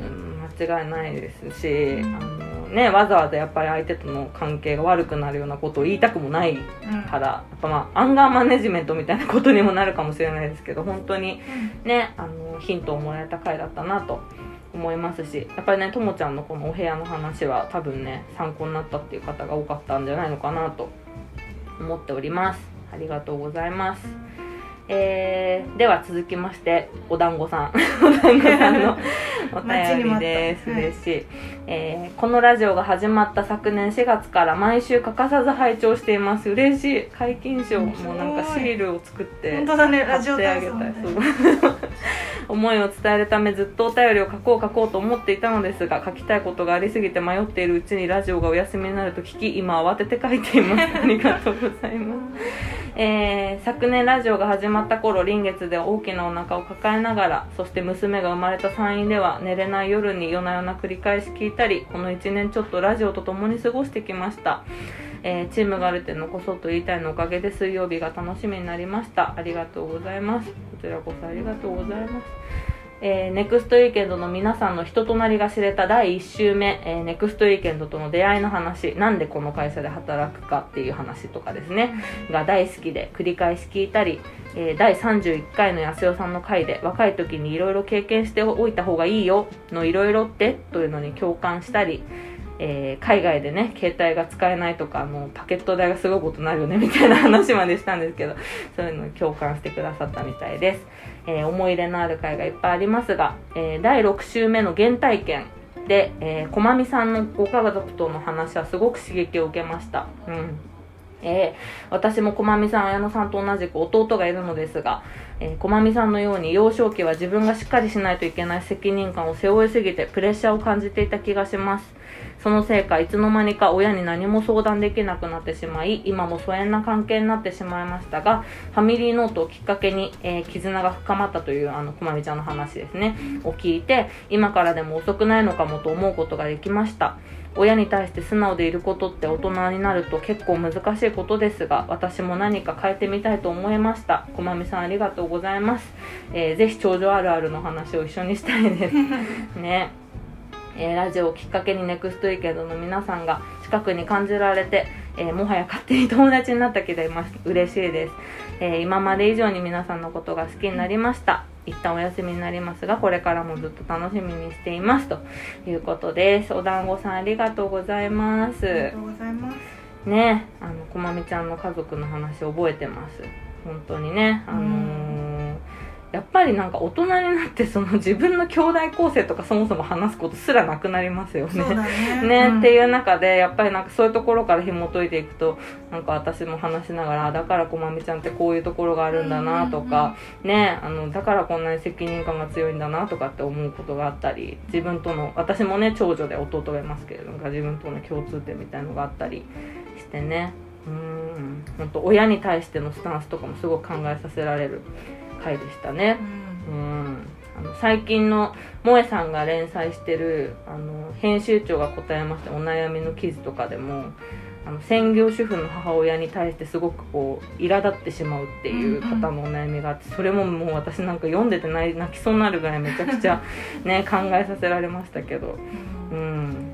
間違いないですし、うん、あのね、わざわざやっぱり相手との関係が悪くなるようなことを言いたくもないから、うん、やっぱまあアンガーマネジメントみたいなことにもなるかもしれないですけど、本当にね、あのヒントをもらえた回だったなと思いますし、やっぱりねともちゃんのこのお部屋の話は多分ね参考になったっていう方が多かったんじゃないのかなと思っております。ありがとうございます。えー、では続きましてお団子さんお団子さんのお便りです。嬉しい、えー、このラジオが始まった昨年しがつから毎週欠かさず拝聴しています。嬉しい。皆勤賞もなんかシールを作って本当だね、ラジオ体操思いを伝えるためずっとお便りを書こう書こうと思っていたのですが、書きたいことがありすぎて迷っているうちにラジオがお休みになると聞き、今慌てて書いていますありがとうございます、えー、昨年ラジオが始まった頃、臨月で大きなお腹を抱えながら、そして娘が生まれた産院では寝れない夜に夜な夜な繰り返し聞いたり、このいちねんちょっとラジオと共に過ごしてきました。えー、チームガルテのこそっと言いたいのおかげで水曜日が楽しみになりました。ありがとうございます。こちらこそありがとうございます。えー、ネクストウィーケンドの皆さんの人となりが知れただいいっ週目、えー、ネクストウィーケンドとの出会いの話、なんでこの会社で働くかっていう話とかですねが大好きで繰り返し聞いたり、えー、だいさんじゅういっかいのやすよさんの回で若い時にいろいろ経験しておいた方がいいよのいろいろってというのに共感したり、えー、海外でね携帯が使えないとか、もうパケット代がすごいことになるよねみたいな話までしたんですけど、そういうのに共感してくださったみたいです。えー、思い入れのある回がいっぱいありますが、えー、だいろく週目の原体験で、えー、こまみさんのご家族との話はすごく刺激を受けました。うんえー、私もこまみさん、綾乃さんと同じく弟がいるのですが、えー、こまみさんのように幼少期は自分がしっかりしないといけない責任感を背負いすぎてプレッシャーを感じていた気がします。そのせいかいつの間にか親に何も相談できなくなってしまい、今も疎遠な関係になってしまいましたが、ファミリーノートをきっかけに、えー、絆が深まったというあのこまみちゃんの話ですねを聞いて、今からでも遅くないのかもと思うことができました。親に対して素直でいることって大人になると結構難しいことですが、私も何か変えてみたいと思いました。こまみさんありがとうございます。えー、ぜひ長女あるあるの話を一緒にしたいですね。えー、ラジオをきっかけにネクストウィーケンドの皆さんが近くに感じられて、えー、もはや勝手に友達になった気でいます。嬉しいです。えー、今まで以上に皆さんのことが好きになりました。一旦お休みになりますが、これからもずっと楽しみにしていますということです。お団子さんありがとうございます。 ありがとうございますね。あのこまみちゃんの家族の話覚えてます。本当にね、あのーやっぱりなんか大人になってその自分の兄弟構成とかそもそも話すことすらなくなりますよね。 そうだね、 ね、 うん、 っていう中でやっぱりなんかそういうところから紐解いていくと、なんか私も話しながら、だからこまみちゃんってこういうところがあるんだなとか、うんうんうん、ね、あのだからこんなに責任感が強いんだなとかって思うことがあったり、自分との、私もね長女で弟がいますけれども、自分との共通点みたいのがあったりしてね、うーん、本当親に対してのスタンスとかもすごく考えさせられる回でしたね。うんうんあの最近の萌さんが連載してるあの編集長が答えましたお悩みの記事とかでも、あの専業主婦の母親に対してすごくこう苛立ってしまうっていう方のお悩みがあって、それももう私なんか読んでて泣きそうになるぐらいめちゃくちゃね考えさせられましたけど、うん、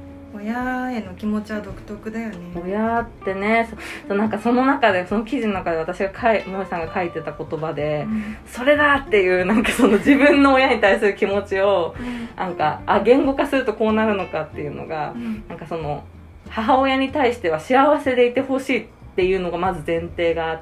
親への気持ちは独特だよね。 親ってね、そなんかその中でその記事の中で私がかい萌さんが書いてた言葉で、うん、それだっていうなんかその自分の親に対する気持ちを、うん、なんかあ言語化するとこうなるのかっていうのが、うん、なんかその母親に対しては幸せでいてほしいっていうのがまず前提があって、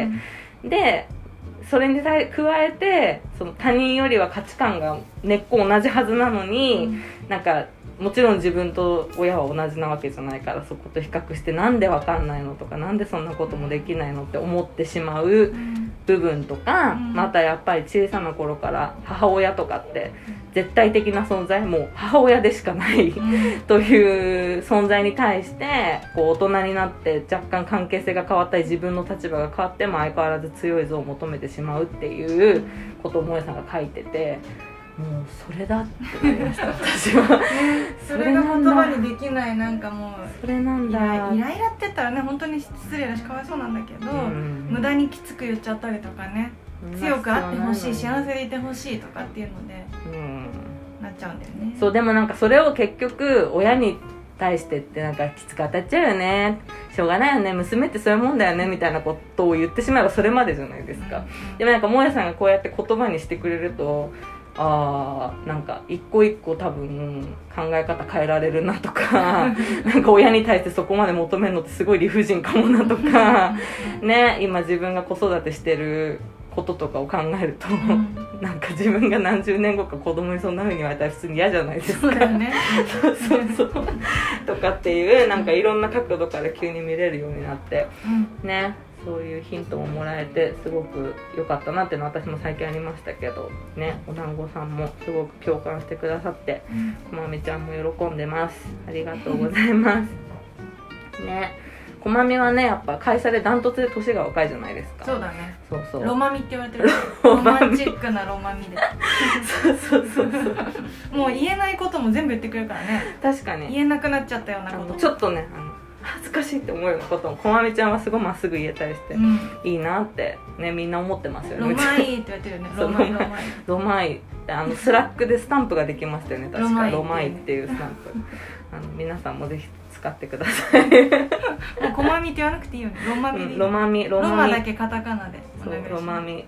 うん、でそれに加えてその他人よりは価値観が根っこ同じはずなのに、うん、なんかもちろん自分と親は同じなわけじゃないからそこと比較してなんでわかんないのとかなんでそんなこともできないのって思ってしまう部分とか、うん、またやっぱり小さな頃から母親とかって絶対的な存在もう母親でしかない、うん、という存在に対してこう大人になって若干関係性が変わったり自分の立場が変わっても相変わらず強い像を求めてしまうっていうことを萌さんが書いてて、もうそれだってなりました私はそれが言葉にできないなんかもうそれなんだイライラって言ったらね本当に失礼だしかわいそうなんだけど、うん、無駄にきつく言っちゃったりとかね、強くあってほしい幸せでいてほしいとかっていうので、うん、なっちゃうんだよね。 そうでもなんかそれを結局親に対してってなんかきつく当たっちゃうよね、しょうがないよね、娘ってそういうもんだよねみたいなことを言ってしまえばそれまでじゃないですか、うん、でもなんか萌さんがこうやって言葉にしてくれるとあーなんか一個一個多分考え方変えられるなとかなんか親に対してそこまで求めるのってすごい理不尽かもなとかね、今自分が子育てしてることとかを考えると、うん、なんか自分が何十年後か子供にそんな風に言われたら普通に嫌じゃないですか。 そうだねそうそうそうとかっていうなんかいろんな角度から急に見れるようになって、うん、ね、そういうヒントももらえてすごく良かったなっていうのは私も最近ありましたけどね、お団子さんもすごく共感してくださって、うん、こまみちゃんも喜んでます。ありがとうございますね。こまみはねやっぱ会社でダントツで年が若いじゃないですか。 そうだね。 そうそうロマミって言われてるロマンチックなロマミでそうそうそうそうもう言えないことも全部言ってくれるからね。 確かに言えなくなっちゃったようなことちょっとねあの恥ずかしいって思うようなこともこまみちゃんはすごいまっすぐ言えたりして、うん、いいなってねみんな思ってますよね。 ロマイって言われてるよね。ロマイロマイロマイあのスラックでスタンプができましたよね確かロマイっていうスタンプあの皆さんもぜひ使ってくださいこまみって言わなくていいよね。ロマミでいい、 うん、ロマミロマミロマだけカタカナでそうロマミ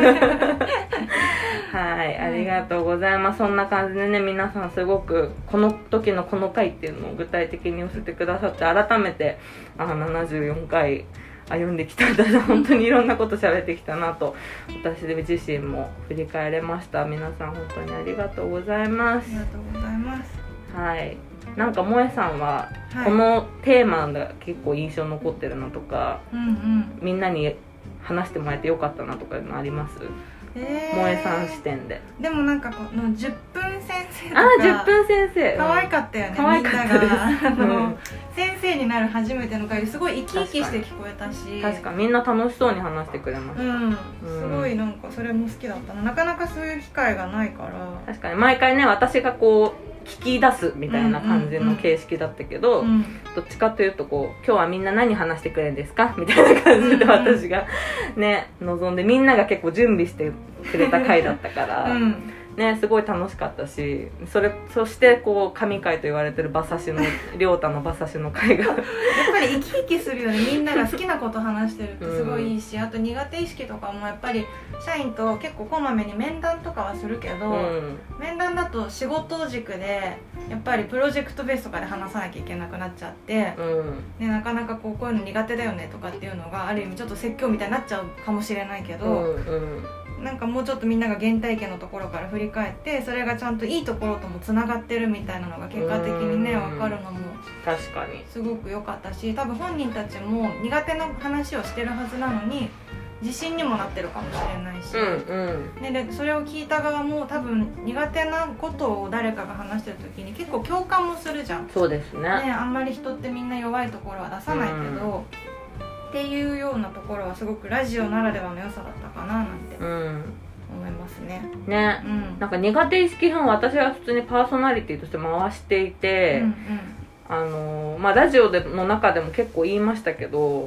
はい、ありがとうございます。そんな感じでね皆さんすごくこの時のこの回っていうのを具体的に寄せてくださって改めてあななじゅうよんかい歩んできたんだな本当にいろんなこと喋ってきたなと私自身も振り返れました。皆さん本当にありがとうございます。 ありがとうございます。 はい、なんか萌さんはこのテーマが結構印象に残ってるのとか、はいうんうん、みんなに話してもらえてよかったなとかいうのあります？えー、萌えさん視点で。 でもなんかこのじゅっぷん先生とかあじゅっぷん先生可愛かったよね、 可愛かったですみんながあの、うん、先生になる初めての回ですごい生き生きして聞こえたし確かにみんな楽しそうに話してくれました、 うんうん、すごいなんかそれも好きだったな。なかなかそういう機会がないから確かに毎回ね私がこう聞き出すみたいな感じの形式だったけど、うんうんうん、どっちかというとこう今日はみんな何話してくれるんですかみたいな感じで私がね望んでみんなが結構準備してくれた回だったから、うんね、すごい楽しかったしそれそしてこう神回と言われてる馬刺しの亮太の馬刺しの回がやっぱり生き生きするよね。みんなが好きなこと話してるってすごいいいし、うん、あと苦手意識とかもやっぱり社員と結構こまめに面談とかはするけど、うん、面談だと仕事軸でやっぱりプロジェクトベースとかで話さなきゃいけなくなっちゃって、うんね、なかなかこうこういうの苦手だよねとかっていうのがある意味ちょっと説教みたいになっちゃうかもしれないけど、うんうんなんかもうちょっとみんなが原体験のところから振り返ってそれがちゃんといいところともつながってるみたいなのが結果的にね分かるのも確かにすごく良かったし多分本人たちも苦手な話をしてるはずなのに自信にもなってるかもしれないし、うんうん、で, でそれを聞いた側も多分苦手なことを誰かが話してる時に結構共感もするじゃん。 そうです ね, ねあんまり人ってみんな弱いところは出さないけど、うんっていうようなところはすごくラジオならではの良さだったかななんて思いますね。 うん、ね、うん、なんか苦手意識編は私は普通にパーソナリティとして回していて、うんうん、あのまあラジオでの中でも結構言いましたけど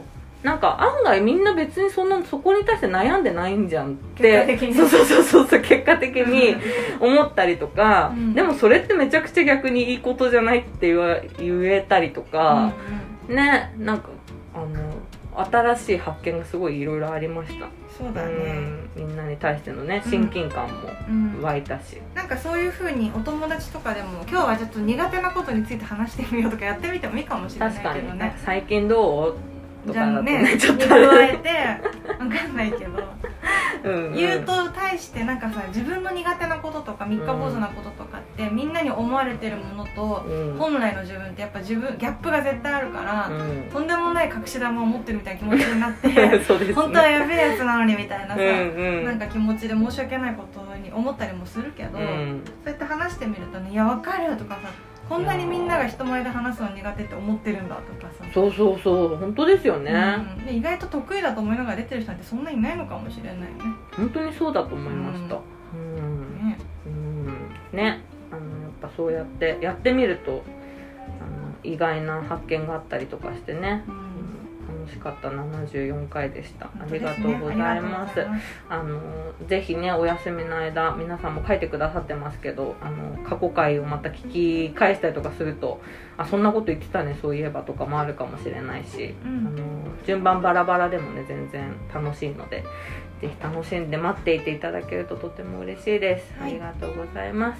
なんか案外みんな別にそんなそこに対して悩んでないんじゃんって結果的にそうそうそうそうそう結果的に思ったりとか、 うん、 でもそれってめちゃくちゃ逆にいいことじゃないって言わ言えたりとか、うんうん、ね、なんかあの新しい発見がすごいいろいろありました。 そうだね、うん、 みんなに対してのね親近感も湧いたし、うんうん、なんかそういう風にお友達とかでも今日はちょっと苦手なことについて話してみようとかやってみてもいいかもしれないけどね。 確かに最近どうとかだとね、 ね、 ちょっと加えて分かんないけどうん、うん、 言うと対してなんかさ、自分の苦手なこととか三日坊主なこととかって、うん、みんなに思われてるものと、うん、本来の自分ってやっぱ自分ギャップが絶対あるから、うん、とんでもない隠し玉を持ってるみたいな気持ちになってそうです、ね、本当はやべえやつなのにみたいなさ、うんうん、なんか気持ちで申し訳ないことに思ったりもするけど、うん、そうやって話してみるとね、いや分かるとかさ、こんなにみんなが人前で話すの苦手って思ってるんだとかさ、 そうそうそう本当ですよね、 うん、で意外と得意だと思いながら出てる人なんてそんなにいないのかもしれないよね。 本当にそうだと思いました。うん、うん、ね、うん、ね、あのやっぱそうやってやってみるとあの意外な発見があったりとかしてね、うん、楽しかったななじゅうよんかいでした。ありがとうございます。あのぜひね、お休みの間皆さんも書いてくださってますけど、あの過去回をまた聞き返したりとかすると、あ、そんなこと言ってたねそういえばとかもあるかもしれないし、うん、あの順番バラバラでもね全然楽しいので、ぜひ楽しんで待っていていただけるととても嬉しいです。ありがとうございます。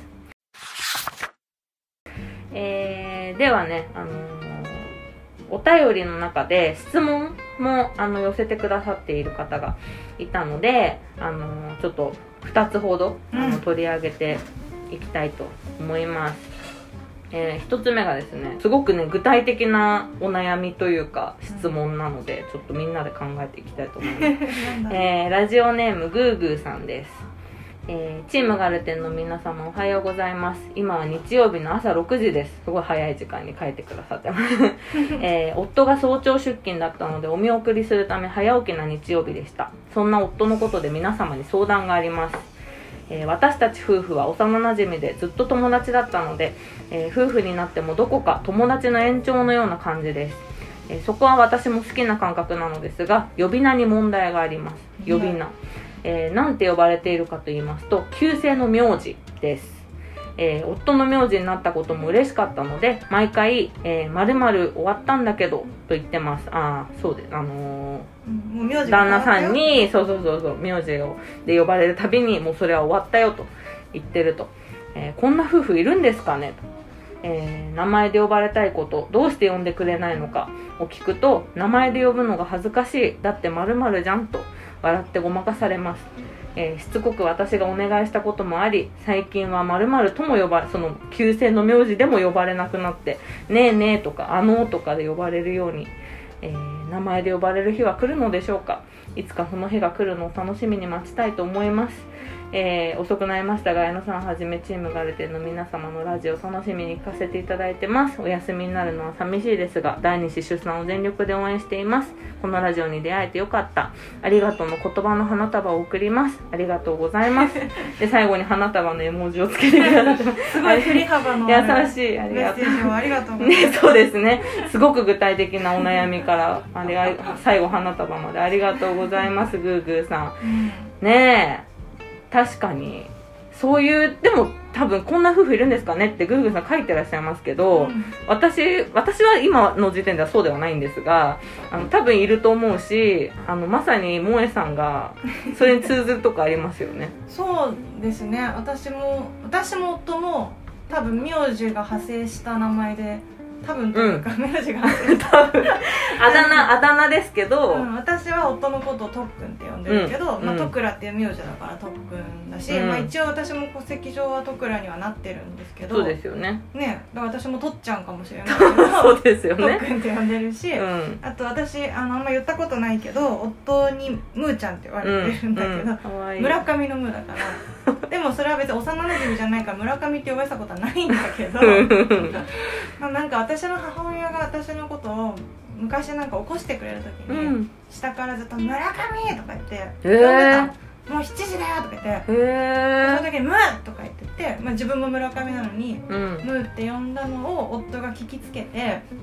えー、ではね、あのお便りの中で質問もあの寄せてくださっている方がいたので、あのちょっとふたつほどあの取り上げていきたいと思います。えー、ひとつめがですね、すごくね具体的なお悩みというか質問なので、ちょっとみんなで考えていきたいと思います。えー、ラジオネームグーグーさんです。えー、チームガルテンの皆様おはようございます。今は日曜日の朝ろくじです。すごい早い時間に帰ってくださってます、えー、夫が早朝出勤だったのでお見送りするため早起きな日曜日でした。そんな夫のことで皆様に相談があります。えー、私たち夫婦は幼なじみでずっと友達だったので、えー、夫婦になってもどこか友達の延長のような感じです。えー、そこは私も好きな感覚なのですが、呼び名に問題があります。呼び名、えー、なんて呼ばれているかと言いますと、旧姓の名字です。えー、夫の名字になったことも嬉しかったので、毎回、えー、〇〇終わったんだけどと言ってます。ああ、そうです。あのー、もう旦那さんに、そうそうそうそう、名字をで呼ばれるたびに、もうそれは終わったよと言ってると。えー、こんな夫婦いるんですかねと。えー、名前で呼ばれたいこと、どうして呼んでくれないのかを聞くと、名前で呼ぶのが恥ずかしい、だって〇〇じゃんと笑ってごまかされます。えー、しつこく私がお願いしたこともあり、最近は〇〇とも呼ばれ、その旧姓の名字でも呼ばれなくなって、ねえねえとかあのーとかで呼ばれるように、えー、名前で呼ばれる日は来るのでしょうか。いつかその日が来るのを楽しみに待ちたいと思います。えー、遅くなりましたが、綾野さんはじめチームガルテンの皆様のラジオ楽しみに聞かせていただいてます。お休みになるのは寂しいですが、第二子出産を全力で応援しています。このラジオに出会えてよかった。ありがとうの言葉の花束を送ります。ありがとうございます。で、最後に花束の絵文字をつけてくださってます。 すごい振り幅の優しい。ありがとう。 メッセージをありがとうございます。 ね、そうですね。すごく具体的なお悩みからあれ最後花束までありがとうございます。グーグーさん。うん、ねえ、確かに。そういう、でも多分こんな夫婦いるんですかねってグーグーさん書いてらっしゃいますけど、うん、私私は今の時点ではそうではないんですが、あの多分いると思うし、あのまさに萌えさんがそれに通ずるとこありますよね。 そうですね。私も私も夫も多分名字が派生した名前で、多分というか、うん、名字が多分あだ名あだ名ですけど、 うん、私は夫のことをとっくんって呼んでるけど、うん、まあ、とくらっていう名字だからとっくんだし、うん、まあ、一応私も戸籍上はとくらにはなってるんですけど、 そうですよね。 ね、だから私もとっちゃんかもしれないけどそうですよね、 とっくんって呼んでるし、うん、あと私あのあんま言ったことないけど、夫にムーちゃんって言われてるんだけど、うんうん、村上のムーだからでもそれは別に幼なじみじゃないから村上って呼ばれたことはないんだけどまあなんか私の母親が私のことを昔なんか起こしてくれる時に、うん、下からずっと「村上!」とか言って呼んでたの。もうしちじだよとか言って、その時にムーとか言ってて、まあ、自分も村上なのに、うん、ムーって呼んだのを夫が聞きつけて、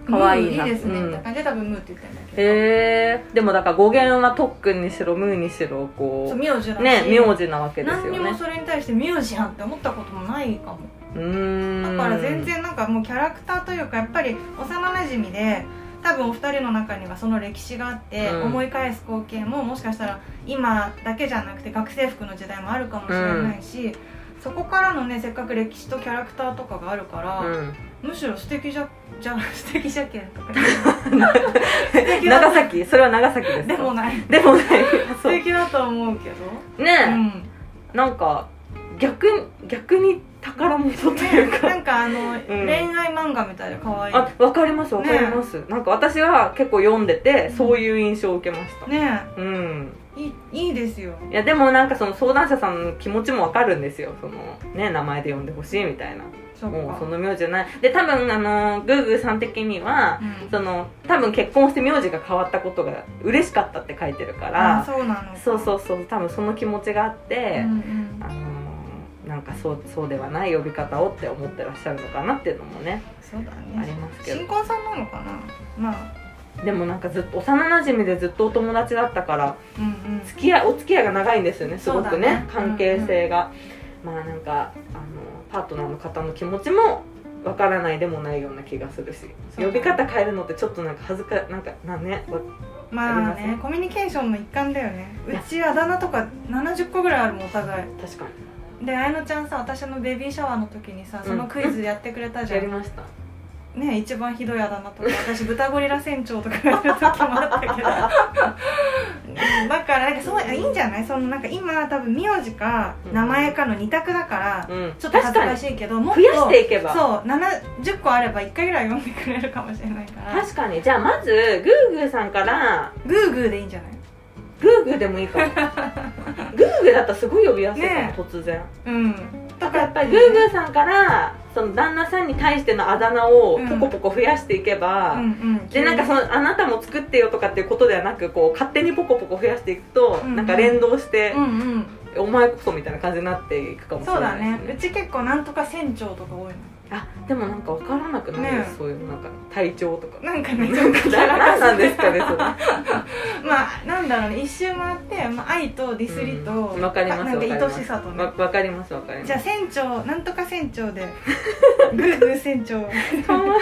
かわいいな。 いいですね、 うん、 みたいな感じで多分ムーって言ってるんだけど。 へえ。でもだから語源はとっくんにしろムーにしろこう、 そう名字だしね、名字なわけですよね。 何にもそれに対して名字やんって思ったこともないかも。 うーん、 だから全然なんかもうキャラクターというかやっぱり幼なじみで、多分お二人の中にはその歴史があって、うん、思い返す光景ももしかしたら今だけじゃなくて学生服の時代もあるかもしれないし、うん、そこからのねせっかく歴史とキャラクターとかがあるから、うん、むしろ素敵じゃじゃ素敵じゃけんとか長崎、それは長崎ですか？ でもないでもない素敵だと思うけどねえ、うん、なんか逆に逆に宝物というか、 ね、なんかあの、うん、恋愛漫画みたいで可愛い。 あ、わかりますわかります、ね、なんか私は結構読んでて、うん、そういう印象を受けましたね。 うん、 いい、いいですよ。 いやでもなんかその相談者さんの気持ちもわかるんですよ。そのね、名前で呼んでほしいみたいな。もうその名字じゃないで、多分あのグーグーさん的には、うん、その多分結婚して名字が変わったことが嬉しかったって書いてるから、 あ、そうなの。 そうそうそう、多分その気持ちがあって、うんうん、あのなんかそう、そうではない呼び方をって思ってらっしゃるのかなっていうのもね、 そうだね、 ありますけど。 新婚さんなのかな。まあでもなんかずっと幼なじみでずっとお友達だったから、うんうん、付き合いお付き合いが長いんですよね、すごく ね, ね関係性が、うんうん、まあなんかあのパートナーの方の気持ちもわからないでもないような気がするし、呼び方変えるのってちょっとなんか恥ずかなんかなんね、 まあね、コミュニケーションの一環だよね。うちあだ名とかななじゅっこぐらいあるもん、お互い。 確かに。 で、あやのちゃんさ、私のベビーシャワーの時にさ、そのクイズやってくれたじゃん、 うん、やりましたね。一番ひどいあだ名とか、私豚ゴリラ船長とかやる時もあったけどだからなんかそういいんじゃない。そのなんか今多分名字か名前かの二択だから、うん、ちょっと恥ずかしいけど、もっと増やしていけば、 そうななじゅっこあればいっかいぐらい読んでくれるかもしれないから。 確かに。じゃあまずグーグーさんから、 グーグーでいいんじゃない。 グーグーでもいいかもグーグーだったらすごい呼びやすいかも、ね、突然。うんだからやっぱりグーグーさんからその旦那さんに対してのあだ名をポコポコ増やしていけば、うんうんうん、でなんかそのあなたも作ってよとかっていうことではなく、こう勝手にポコポコ増やしていくと、うんうん、なんか連動して、うんうん、お前こそみたいな感じになっていくかもしれないですね。 そうだね。うち結構なんとか船長とか多いの。 あ、でもなんか分からなくないです、ね、そういうなんか体調とかなんかね、 何なんですかねそれまあなんだろうね、一周回って、まあ、愛とディスりと、うん、 分かります、 なんか愛しさとね、 分かります分かります。 じゃあ船長なんとか船長でグーグー船長かわい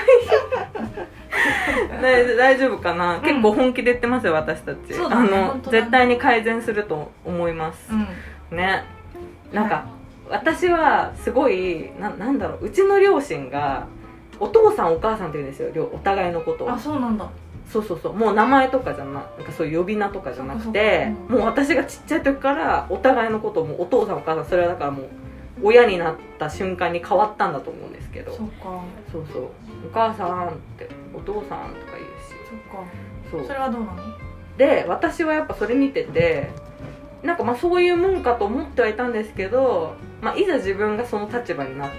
い大丈夫かな、うん、結構本気で言ってますよ私たち。そうだね、あの絶対に改善すると思います、うん、ね。なんか、はい、私はすごい な, なんだろう、うちの両親がお父さんお母さんって言うんですよ、お互いのことを。 あ、そうなんだ。 そうそうそう、もう名前とかじゃな、なんかそういう呼び名とかじゃなくて、うん、もう私がちっちゃい時からお互いのことをもうお父さんお母さん、それはだからもう親になった瞬間に変わったんだと思うんですけど。 そうか。 そうそう、お母さんってお父さんとか言うし。 そっか。 そう、 それはどうなの？ で、私はやっぱそれ見てて、なんかまあそういうもんかと思ってはいたんですけど、まあ、いざ自分がその立場になって、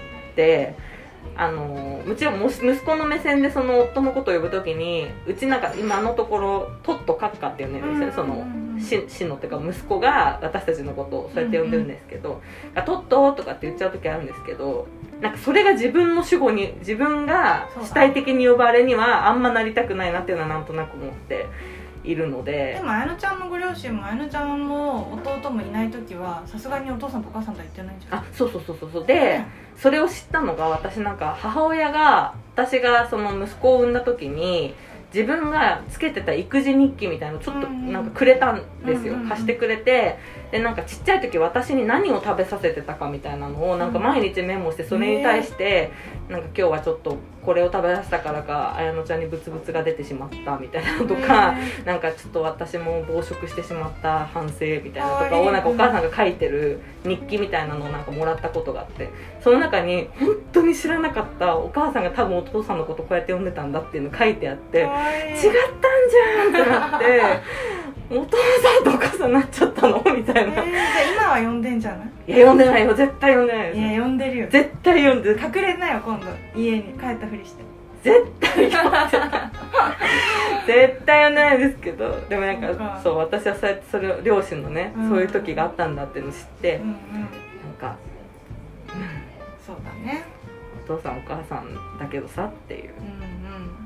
あのもちろんもし息子の目線でその夫のことを呼ぶときに、うちなんか今のところトットカッカって呼んでるんですよ、そのししのっていうか息子が私たちのことをそうやって呼んでるんですけど、うんうん、トットとかって言っちゃう時あるんですけど、なんかそれが自分の主語に、自分が主体的に呼ばれにはあんまなりたくないなっていうのはなんとなく思っているので。 でもあやのちゃんのご両親もあやのちゃんも弟もいない時はさすがにお父さんとお母さんとは言ってないんじゃない？ あ、そうそうそうそうで、うん、それを知ったのが、私なんか母親が、私がその息子を産んだ時に自分がつけてた育児日記みたいなのをちょっとなんかくれたんですよ、うんうんうん、貸してくれて、でなんかちっちゃい時私に何を食べさせてたかみたいなのをなんか毎日メモして、それに対してなんか今日はちょっとこれを食べさせたからか綾乃ちゃんにブツブツが出てしまったみたいなのとか、なんかちょっと私も暴食してしまった反省みたいなのとかをなんかお母さんが書いてる日記みたいなのをなんかもらったことがあって、その中に本当に知らなかったお母さんが多分お父さんのことこうやって呼んでたんだっていうの書いてあって、違ったんじゃんってなってお父さんとお母さんになっちゃったのみたいな、えー、じゃあ今は呼んでんじゃない？ いや呼んでないよ、絶対呼んでないです。 いや呼んでるよ、 絶対呼んでる。 隠れなよ今度、家に帰ったふりして。 絶対呼んでない絶対呼んでないですけど、でもなんか、かそう、私はそうやってそれを両親のね、うん、そういう時があったんだっていうのを知って、うんうん、なんか、うん、 そうだね、 お父さんお母さんだけどさっていう、 うんうん、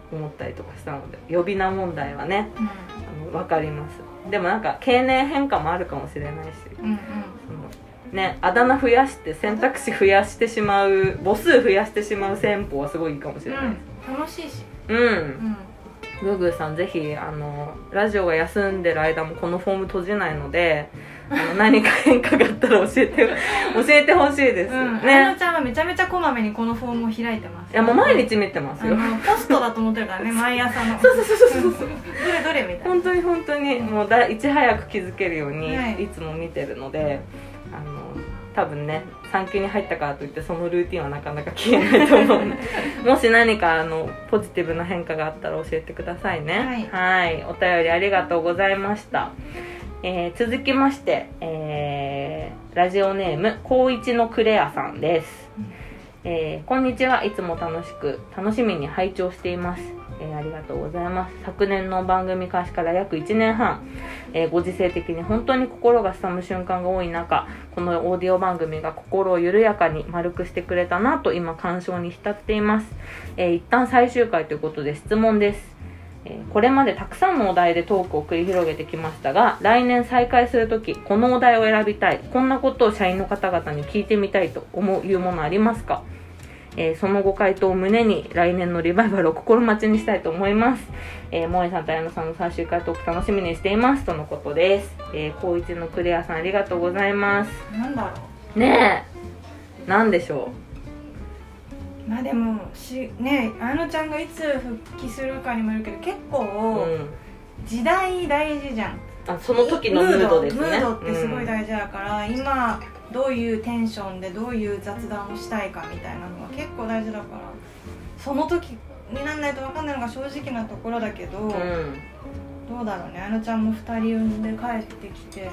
思ったりとかしたので、呼び名問題はね、 うん、 あの分かります。でもなんか経年変化もあるかもしれないし、 うんうん、 そのね、あだ名増やして選択肢増やしてしまう、母数増やしてしまう戦法はすごいいいかもしれないです、 うん、楽しいし、 うん、うん、グーグーさんぜひあのラジオが休んでる間もこのフォーム閉じないので、あの何か変化があったら教えて教えてほしいです、 うん、 ね。 あやのちゃんはめちゃめちゃこまめにこのフォームを開いてます。 いやもう毎日見てますよ。 あのポストだと思ってるからね毎朝のそうそうそうそうそうそうどれどれみたいな、 本当に本当にもうだいち早く気づけるように、 はい、 いつも見てるので、あの多分ね産休に入ったからといってそのルーティンはなかなか消えないと思うのでもし何かあのポジティブな変化があったら教えてくださいね。はい、はい、お便りありがとうございました。えー、続きまして、えー、ラジオネーム高一のクレアさんです、うん、えー、こんにちは。いつも楽しく楽しみに拝聴しています、えー、ありがとうございます。昨年の番組開始から約いちねんはん、えー、ご時世的に本当に心がすさむ瞬間が多い中、このオーディオ番組が心を緩やかに丸くしてくれたなと今感傷に浸っています、えー、一旦最終回ということで質問です。これまでたくさんのお題でトークを繰り広げてきましたが、来年再開するときこのお題を選びたい、こんなことを社員の方々に聞いてみたいと思ういうものありますか？えー、そのご回答を胸に来年のリバイバルを心待ちにしたいと思います。えー、萌えさんと綾乃さんの最終回トーク楽しみにしていますとのことです。えー、高一のクレアさんありがとうございます。 なんだろうねえ、なんでしょう。 まあでもしね、あやのちゃんがいつ復帰するかにもよるけど、結構時代大事じゃん、 うん、あその時のムードですね。 ムードってすごい大事だから、うん、今どういうテンションでどういう雑談をしたいかみたいなのが結構大事だから、その時になんないと分かんないのが正直なところだけど、うん、どうだろうね。あやのちゃんもふたり産んで帰ってきて、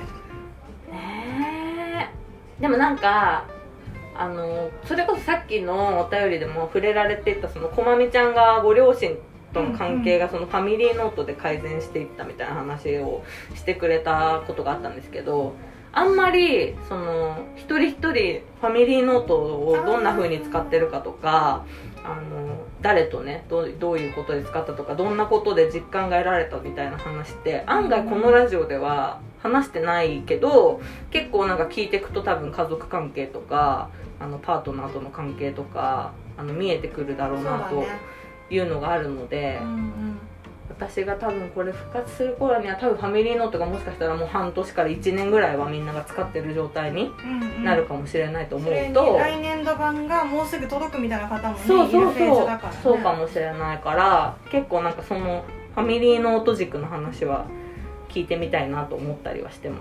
えー、でもなんかあのそれこそさっきのお便りでも触れられていたそのこまみちゃんがご両親との関係がそのファミリーノートで改善していったみたいな話をしてくれたことがあったんですけど、あんまりその一人一人ファミリーノートをどんな風に使ってるかとか、あの誰とねどう、どういうことで使ったとか、どんなことで実感が得られたみたいな話って案外このラジオでは話してないけど、結構なんか聞いていくと多分家族関係とかあのパートナーとの関係とかあの見えてくるだろうなというのがあるので、うんうん、私が多分これ復活する頃には多分ファミリーノートがもしかしたらもう半年からいちねんぐらいはみんなが使ってる状態になるかもしれないと思うと、うんうん、それに来年度版がもうすぐ届くみたいな方もね、 そうそうそう、 いるフェーズだからね、 そうかもしれないから、結構なんかそのファミリーノート軸の話は聞いてみたいなと思ったりはしてます。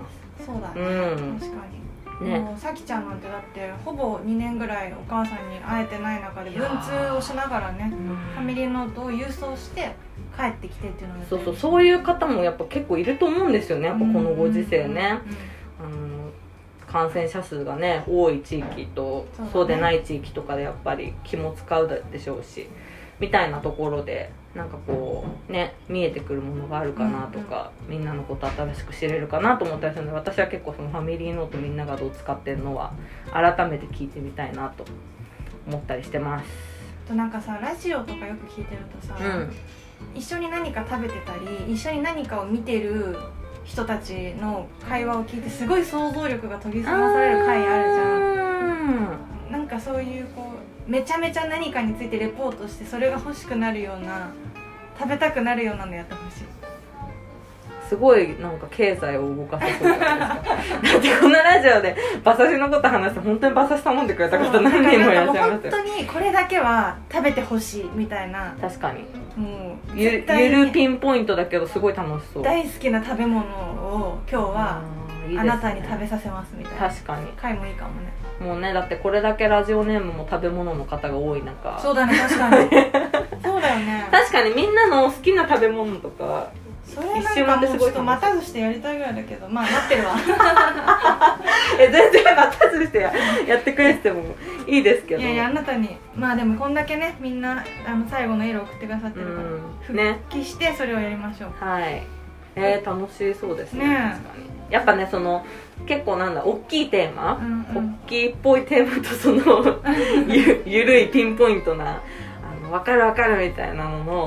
そうだね、うん、確かにね、もうさきちゃんなんてだってほぼにねんぐらいお母さんに会えてない中で文通をしながらね、ファミリーノートを郵送して帰ってきてっていうのが、 そうそう、そういう方もやっぱ結構いると思うんですよね。やっぱこのご時世ね、うんうんうん、あの感染者数がね多い地域と そう,、ね、そうでない地域とかでやっぱり気も使うでしょうしみたいなところでなんかこうね見えてくるものがあるかなとか、うんうん、みんなのこと新しく知れるかなと思ったりするので、私は結構そのファミリーノートみんながどう使ってるのは改めて聞いてみたいなと思ったりしてます。 となんかさ、ラジオとかよく聞いてるとさ、うん、一緒に何か食べてたり一緒に何かを見てる人たちの会話を聞いてすごい想像力が研ぎ澄まされる回あるじゃん。なんかそういうこうめちゃめちゃ何かについてレポートしてそれが欲しくなるような、食べたくなるようなのやってほしい。 すごいなんか経済を動かせそうじゃないですかだってこのラジオで馬刺しのこと話して本当に馬刺し頼んでくれた方何人もいらっしゃいますよ。 本当にこれだけは食べてほしいみたいな。 確かにもう ゆ, ゆるピンポイントだけどすごい楽しそう。 大好きな食べ物を今日はいい、ね、あなたに食べさせますみたいな。 確かに回もいいかもね。 もうね、だってこれだけラジオネームも食べ物の方が多い中。 そうだね、確かにそうだよね。 確かにみんなの好きな食べ物とかそれなんかもうちょっと待たずしてやりたいぐらいだけど、まあ待ってるわえ全然待たずして や, やってくれてもいいですけど、 いやいやあなたにまあでもこんだけねみんなあの最後のエールを送ってくださってるから、ね、復帰してそれをやりましょう。 はい、えー、楽しそうです ね, ね確かに。やっぱねその結構なんだ大きいテーマ、うんうん、大きいっぽいテーマとその ゆ, ゆるいピンポイントな分かる分かるみたいなのの、うん、なんか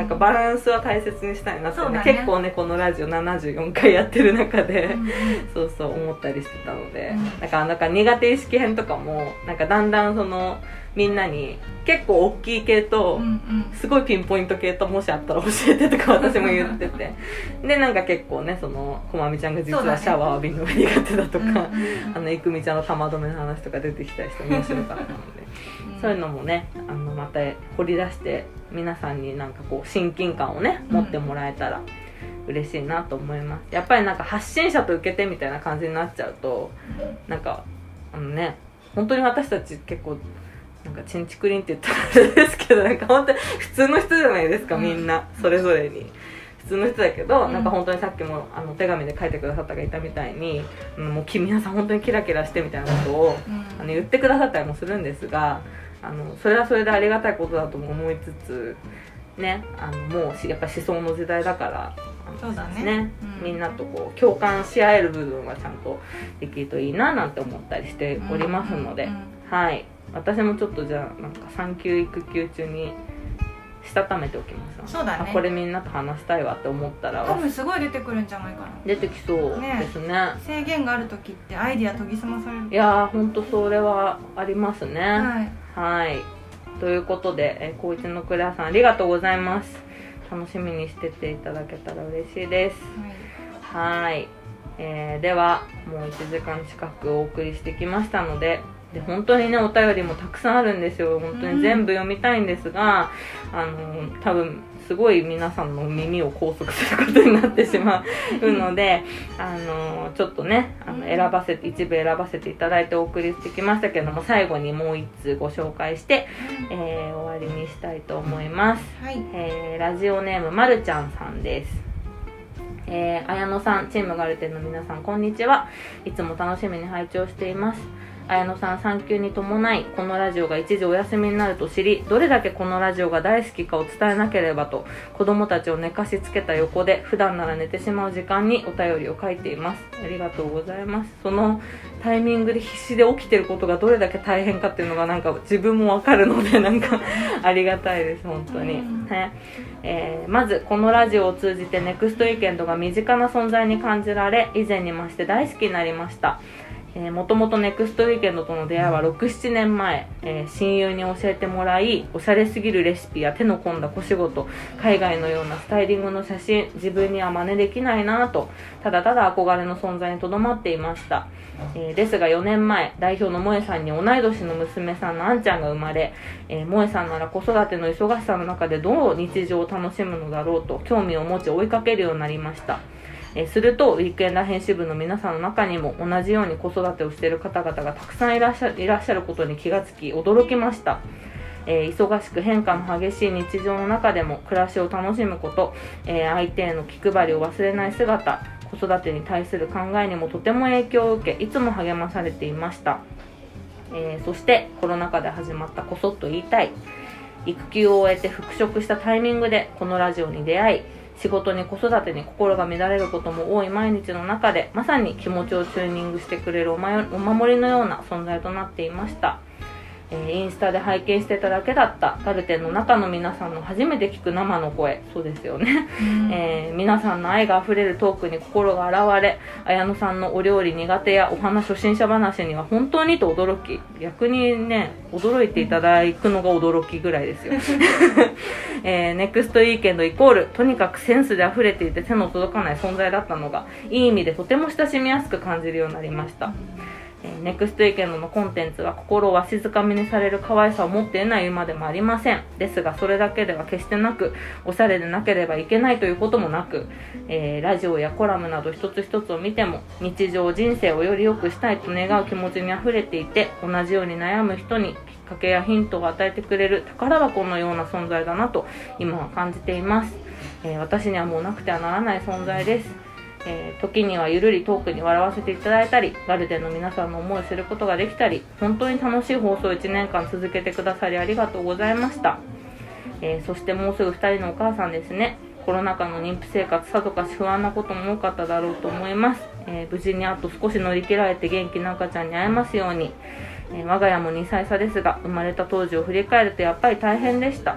かバランスは大切にしたいなって、ねね、 結構ねこのラジオななじゅうよんかいやってる中で、うん、そうそう思ったりしてたので、うん、なんかなんか苦手意識編とかもなんかだんだんそのみんなに結構大きい系と、うんうん、すごいピンポイント系ともしあったら教えてとか私も言っててでなんか結構ねそのこまみちゃんが実はシャワー浴びるのが苦手だとか、ね、あのいくみちゃんの玉止めの話とか出てきたりして面白かったので、うん、そういうのもねあのまた掘り出して皆さんになんかこう親近感をね持ってもらえたら嬉しいなと思います。やっぱりなんか発信者と受け手みたいな感じになっちゃうとなんかあのね本当に私たち結構なんかチンチクリンって言ったらあれですけどなんか本当に普通の人じゃないですか、みんなそれぞれに普通の人だけど、うん、なんか本当にさっきもあの手紙で書いてくださったがいたみたいに、うん、もう皆さん本当にキラキラしてみたいなことを、うん、あの言ってくださったりもするんですが、あのそれはそれでありがたいことだとも思いつつね、あのもうやっぱ思想の時代だからそうだね、 ね、うん、みんなとこう共感し合える部分がちゃんとできるといいななんて思ったりしておりますので、うんうんうん、はい私もちょっとじゃあなんか産休育休中にしたためておきます。 そうだね、 あこれみんなと話したいわって思ったら多分すごい出てくるんじゃないかな。 出てきそうですね。ね制限がある時ってアイディア研ぎ澄まされる。 いやーほんとそれはありますね。 はい、 はい、ということで、えー、高一のクレアさんありがとうございます。楽しみにしてていただけたら嬉しいです。はい、はい、えー、ではもういちじかん近くお送りしてきましたのでで本当にねお便りもたくさんあるんですよ。本当に全部読みたいんですが、うん、あの多分すごい皆さんの耳を拘束することになってしまうのであのちょっとねあの選ばせて一部選ばせていただいてお送りしてきましたけども、最後にもう一通ご紹介して、えー、終わりにしたいと思います。 はい、 えー、ラジオネームまるちゃんさんです。えー、綾野さん、チームガルテンの皆さんこんにちは。いつも楽しみに拝聴しています。綾野さん産休に伴いこのラジオが一時お休みになると知り、どれだけこのラジオが大好きかを伝えなければと子供たちを寝かしつけた横で普段なら寝てしまう時間にお便りを書いています。ありがとうございます。そのタイミングで必死で起きてることがどれだけ大変かっていうのがなんか自分もわかるのでなんかありがたいです本当に、ねえー、まずこのラジオを通じてネクストウィーケンドが身近な存在に感じられ以前に増して大好きになりました。えー、もともとネクストウィーケンドとの出会いはろく、ななねんまえ、えー、親友に教えてもらいおしゃれすぎるレシピや手の込んだ小仕事、海外のようなスタイリングの写真、自分には真似できないなぁとただただ憧れの存在にとどまっていました。えー、ですがよねんまえ代表の萌えさんに同い年の娘さんのあんちゃんが生まれ、えー、萌えさんなら子育ての忙しさの中でどう日常を楽しむのだろうと興味を持ち追いかけるようになりました。えー、するとウィークエンダー編集部の皆さんの中にも同じように子育てをしている方々がたくさんいらっしゃ、いらっしゃることに気がつき驚きました。えー、忙しく変化の激しい日常の中でも暮らしを楽しむこと、えー、相手への気配りを忘れない姿、子育てに対する考えにもとても影響を受けいつも励まされていました。えー、そしてコロナ禍で始まったこそっと言いたい育休を終えて復職したタイミングでこのラジオに出会い、仕事に子育てに心が乱れることも多い毎日の中でまさに気持ちをチューニングしてくれるおまよお守りのような存在となっていました。えー、インスタで拝見してただけだったガルテンの中の皆さんの初めて聞く生の声、そうですよね、えー、皆さんの愛があふれるトークに心が洗われ、綾野さんのお料理苦手やお花初心者話には本当にと驚き、逆にね驚いていただくのが驚きぐらいですよ、えー、ネクストウィーケンドイコールとにかくセンスであふれていて手の届かない存在だったのがいい意味でとても親しみやすく感じるようになりました。ネクストウィーケンドのコンテンツは心をわしづかみにされる可愛さを持っていない馬でもありません。ですがそれだけでは決してなく、おしゃれでなければいけないということもなく、えー、ラジオやコラムなど一つ一つを見ても日常人生をより良くしたいと願う気持ちにあふれていて、同じように悩む人にきっかけやヒントを与えてくれる宝箱のような存在だなと今は感じています。えー、私にはもうなくてはならない存在です。えー、時にはゆるりトークに笑わせていただいたり、ガルテンの皆さんの思いを知ることができたり、本当に楽しい放送をいちねんかん続けてくださりありがとうございました。えー、そしてもうすぐふたりのお母さんですね。コロナ禍の妊婦生活、さぞかし不安なことも多かっただろうと思います。えー、無事にあと少し乗り切られて元気な赤ちゃんに会えますように。えー、我が家もにさい差ですが、生まれた当時を振り返るとやっぱり大変でした。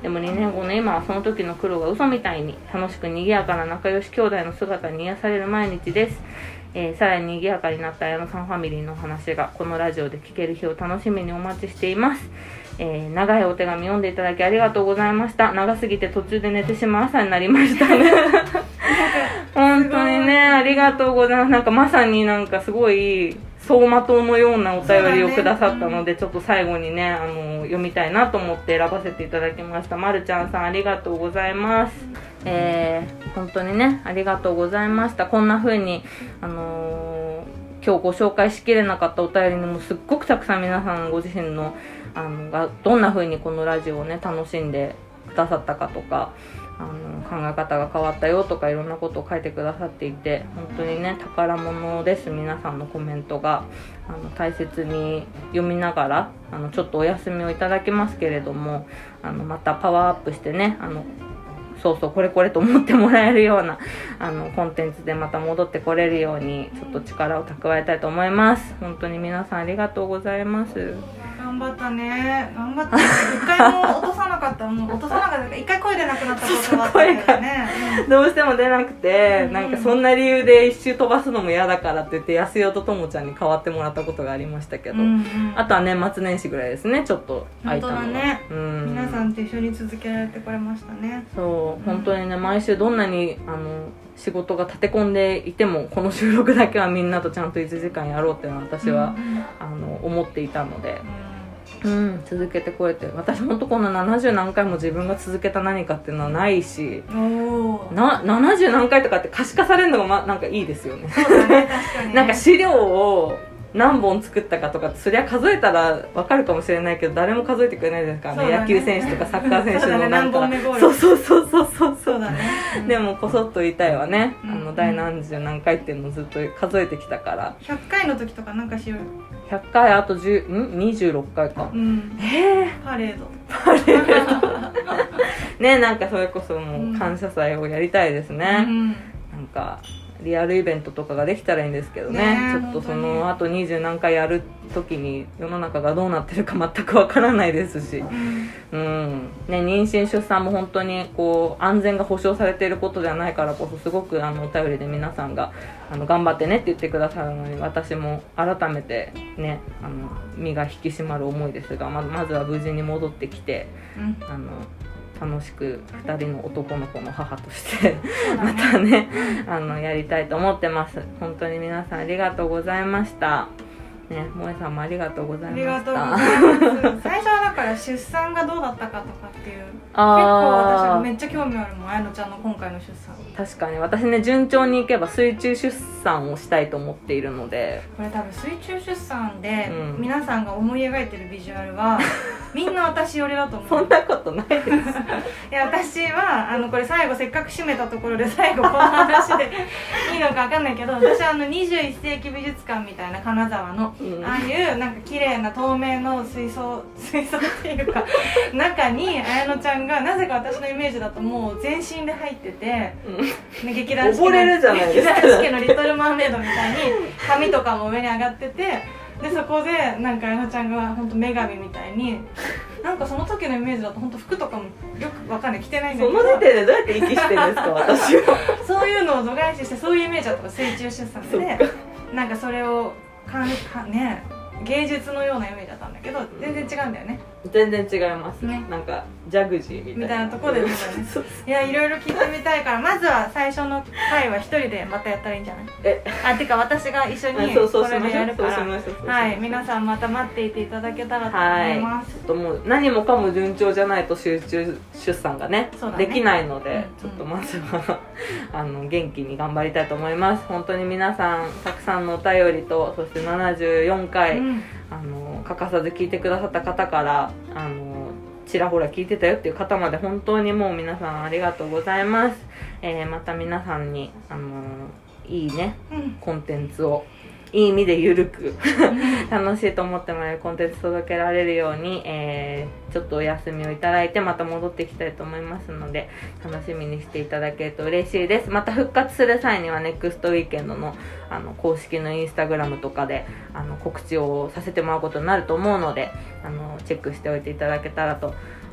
でもにねんごの今はその時の苦労が嘘みたいに楽しく賑やかな仲良し兄弟の姿に癒される毎日です。えー、さらに賑やかになった綾野さんファミリーの話がこのラジオで聞ける日を楽しみにお待ちしています。えー、長いお手紙読んでいただきありがとうございました。長すぎて途中で寝てしまう朝になりましたね本当にね、ありがとうございます。なんかまさになんかすごい走馬灯のようなお便りをくださったので、ね、うん、ちょっと最後にね、あの読みたいなと思って選ばせていただきました。まるちゃんさんありがとうございます。えー、本当にねありがとうございました。こんな風にあのー、今日ご紹介しきれなかったお便りにもすっごくたくさん皆さんご自身のあのがどんな風にこのラジオをね楽しんでくださったかとか、あの考え方が変わったよとかいろんなことを書いてくださっていて、本当にね宝物です。皆さんのコメントがあの大切に読みながらあのちょっとお休みをいただきますけれども、あのまたパワーアップしてね、あのそうそうこれこれと思ってもらえるようなあのコンテンツでまた戻ってこれるようにちょっと力を蓄えたいと思います。本当に皆さんありがとうございます。 頑張ったね、頑張ったね。一回も落とさなかった、もう落とさなかった、一回声出なくなったことがあったけどね、 うん、どうしても出なくて、うん、なんかそんな理由で一周飛ばすのも嫌だからって言って安代とともちゃんに代わってもらったことがありましたけど、うんうん、あとは年末年始ぐらいですね、ちょっと空いたのは。 本当だね、うん、皆さんと一緒に続けられてこれましたね。 そう、本当にね、毎週どんなにあの仕事が立て込んでいてもこの収録だけはみんなとちゃんといちじかんやろうっていうのは私は、うんうん、あの思っていたので、うん、続けてこれて、私本当こんなななじゅう何回も自分が続けた何かっていうのはないし、なななじゅう何回とかって可視化されるのが、ま、なんかいいですよね。 そうだね、確かにね。 なんか資料を何本作ったかとかそりゃ数えたら分かるかもしれないけど誰も数えてくれないですからね。ね、野球選手とかサッカー選手のなんかそうそうそうそうそうそうだね、うん、でもこそっと言いたいわね、うん、あの第何十何回っていうのをずっと数えてきたから。 ひゃっかいの時とかなんかしようよ。 ひゃっかいあとじゅう、んにじゅうろっかいか、うん、 えー、パレードパレードね、なんかそれこそもう感謝祭をやりたいですね、うん、なんかリアルイベントとかができたらいいんですけど ね, ねちょっとそのあとにじゅう何回やる時に世の中がどうなってるか全くわからないですし、うん、うんね、妊娠出産も本当にこう安全が保障されていることではないからこそすごくあのお便りで皆さんがあの頑張ってねって言ってくださるのに、私も改めてねあの身が引き締まる思いですが、 ま, まずは無事に戻ってきて、うん、あの楽しくふたりの男の子の母としてまたねあのやりたいと思ってます。本当に皆さんありがとうございましたね。萌えさんもありがとうございました。ありがとうございます。 最初はだから出産がどうだったかとかっていう結構私はめっちゃ興味あるもん、あやのちゃんの今回の出産。 確かに私ね順調にいけば水中出産をしたいと思っているので、 これ多分水中出産で皆さんが思い描いてるビジュアルは、うん、みんな私寄りだと思う。 そんなことないですいや私はあのこれ最後せっかく締めたところで最後この話でいいのか分かんないけど、私はあのにじゅういっせいき美術館みたいな金沢の、うん、ああいうなんか綺麗な透明の水槽水槽っていうか中に綾乃ちゃんがなぜか私のイメージだともう全身で入ってて、うん、劇団四季の溺れるじゃないですか。 劇団四季のリトルマーメイドみたいに髪とかも上に上がってて、でそこでなんか綾乃ちゃんが本当女神みたいに、なんかその時のイメージだと本当服とかもよくわかんない着てないんだけど、 その時点でどうやって息してるんですか私はそういうのを度外視してそういうイメージだったから水中出産でなんかそれをかんかね芸術のようなイメージだったんだけど全然違うんだよね。 全然違いますね。なんかジャグジーみたいなみたいなところで見たねいやいろいろ聞いてみたいから、まずは最初の回は一人でまたやったらいいんじゃない？えあてか私が一緒にこれでやるから、はい皆さんまた待っていていただけたらと思います。 はい、ちょっともう何もかも順調じゃないと集中出産が ね, ねできないので、うん、ちょっとまずはあの元気に頑張りたいと思います。本当に皆さんたくさんのお便りと、そしてななじゅうよんかい、うん、あの欠かさず聞いてくださった方からあのちらほら聞いてたよっていう方まで本当にもう皆さんありがとうございます。えー、また皆さんにあのいいね、うん、コンテンツをいい意味でゆるく楽しいと思ってもらえるコンテンツ届けられるように、えー、ちょっとお休みをいただいてまた戻っていきたいと思いますので、楽しみにしていただけると嬉しいです。また復活する際にはネクストウィーケンドのあの公式のインスタグラムとかであの告知をさせてもらうことになると思うので、あのチェックしておいていただけたらと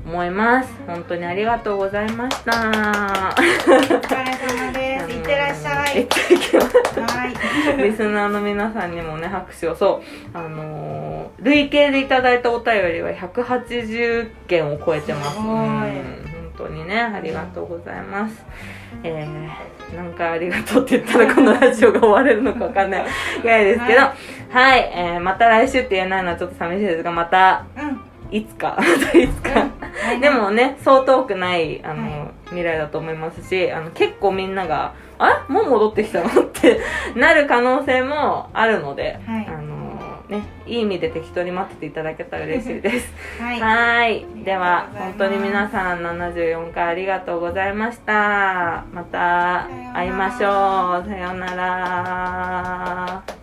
思います。本当にありがとうございました。お疲れ様です。いってらっしゃい。 いってきます。 はい。 リスナーの皆さんにもね、拍手を。そう、あのー、累計でいただいたお便りはひゃくはちじゅっけんを超えてます。 すごい。 本当にね、ありがとうございます。えー、何回ありがとうって言ったらこのラジオが終われるのかわかんないぐらいですけど、はい、はい、えー、また来週って言えないのはちょっと寂しいですが、また、うんいつか、またいつか、うん、でもね、そう遠くない、あの、はい、未来だと思いますし、あの、結構みんなが、あもう戻ってきたのってなる可能性もあるので、はい、あのね、いい意味で適当に待ってていただけたら嬉しいです。はい。はいでは、本当に皆さんななじゅうよんかいありがとうございました。また会いましょう。さようなら。